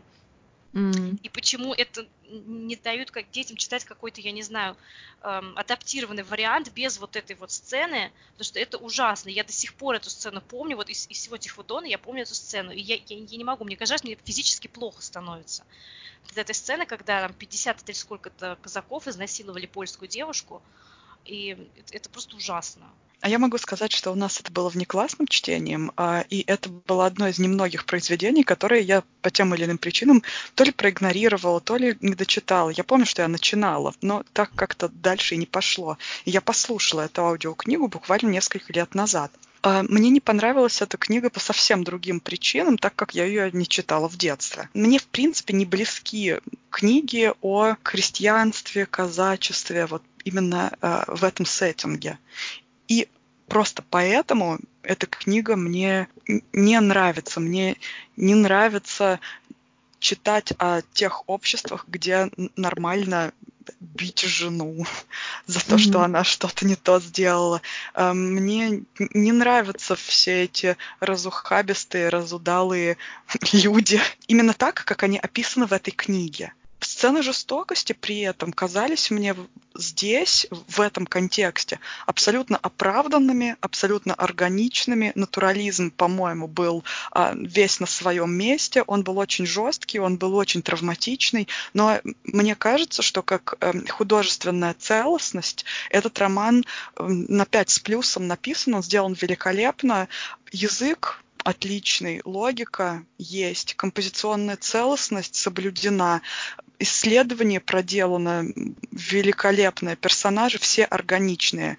Mm. И почему это не дают как детям читать какой-то, я не знаю, эм, адаптированный вариант без вот этой вот сцены. Потому что это ужасно. Я до сих пор эту сцену помню. Вот из, из всего Тихого Дона я помню эту сцену. И я, я, я не могу. Мне кажется, мне физически плохо становится. От этой сцены, когда там пятьдесят или сколько-то казаков изнасиловали польскую девушку. И это, это просто ужасно. А я могу сказать, что у нас это было внеклассным чтением, и это было одно из немногих произведений, которые я по тем или иным причинам то ли проигнорировала, то ли не дочитала. Я помню, что я начинала, но так как-то дальше и не пошло. И я послушала эту аудиокнигу буквально несколько лет назад. Мне не понравилась эта книга по совсем другим причинам, так как я ее не читала в детстве. Мне, в принципе, не близки книги о крестьянстве, казачестве, вот именно в этом сеттинге. И просто поэтому эта книга мне не нравится. Мне не нравится читать о тех обществах, где нормально бить жену за то, mm-hmm. что она что-то не то сделала. Мне не нравятся все эти разухабистые, разудалые люди. Именно так, как они описаны в этой книге. Сцены жестокости при этом казались мне здесь, в этом контексте, абсолютно оправданными, абсолютно органичными. Натурализм, по-моему, был а, весь на своем месте. Он был очень жесткий, он был очень травматичный. Но мне кажется, что как э, художественная целостность этот роман э, на пять с плюсом написан, он сделан великолепно. Язык отличный, логика есть, композиционная целостность соблюдена, исследование проделано великолепное, персонажи все органичные.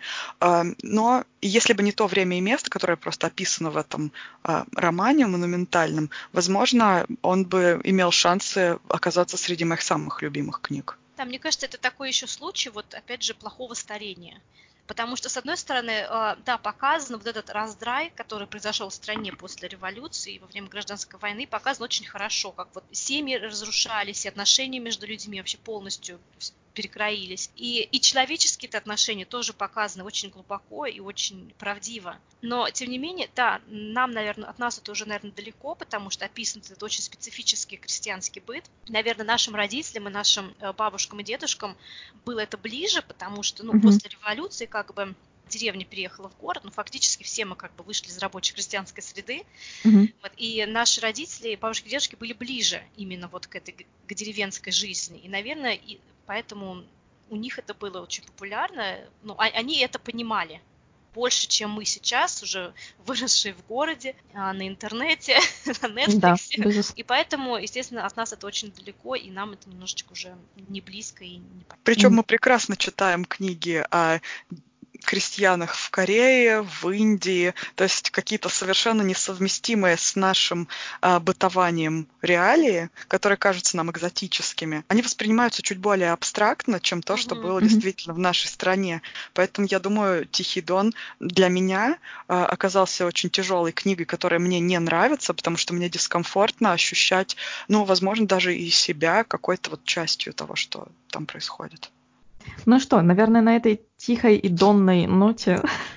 Но если бы не то время и место, которое просто описано в этом романе монументальном, возможно, он бы имел шансы оказаться среди моих самых любимых книг. Да, мне кажется, это такой еще случай, вот опять же, плохого старения. Потому что, с одной стороны, да, показан вот этот раздрай, который произошел в стране после революции и во время гражданской войны, показан очень хорошо, как вот семьи разрушались, и отношения между людьми вообще полностью перекроились. И, и человеческие-то отношения тоже показаны очень глубоко и очень правдиво. Но, тем не менее, да, нам, наверное, от нас это уже, наверное, далеко, потому что описан этот очень специфический крестьянский быт. Наверное, нашим родителям и нашим бабушкам и дедушкам было это ближе, потому что, ну, mm-hmm. после революции как бы деревня переехала в город, но фактически все мы как бы вышли из рабочей крестьянской среды, mm-hmm. вот, и наши родители, бабушки и дедушки были ближе именно вот к этой к деревенской жизни, и, наверное, и поэтому у них это было очень популярно, ну, они это понимали больше, чем мы сейчас, уже выросшие в городе, на интернете, на Netflix, да, и поэтому, естественно, от нас это очень далеко, и нам это немножечко уже не близко и не понятно. Причем мы прекрасно читаем книги о крестьянах в Корее, в Индии, то есть какие-то совершенно несовместимые с нашим а, бытованием реалии, которые кажутся нам экзотическими, они воспринимаются чуть более абстрактно, чем то, что было mm-hmm. действительно в нашей стране. Поэтому я думаю, «Тихий Дон» для меня а, оказался очень тяжелой книгой, которая мне не нравится, потому что мне дискомфортно ощущать, ну, возможно, даже и себя какой-то вот частью того, что там происходит. Ну что, наверное, на этой тихой и донной ноте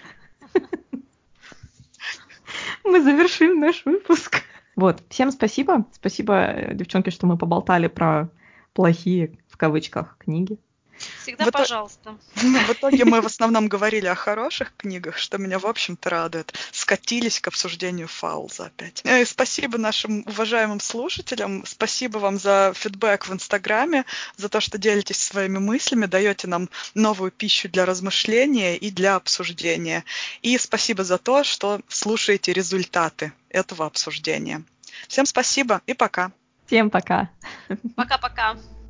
мы завершим наш выпуск. Вот, всем спасибо. Спасибо, девчонки, что мы поболтали про плохие, в кавычках, книги. Всегда в пожалуйста. В итоге мы в основном говорили о хороших книгах, что меня, в общем-то, радует. Скатились к обсуждению Фаулза опять. И спасибо нашим уважаемым слушателям. Спасибо вам за фидбэк в Инстаграме, за то, что делитесь своими мыслями, даете нам новую пищу для размышления и для обсуждения. И спасибо за то, что слушаете результаты этого обсуждения. Всем спасибо и пока. Всем пока. Пока-пока.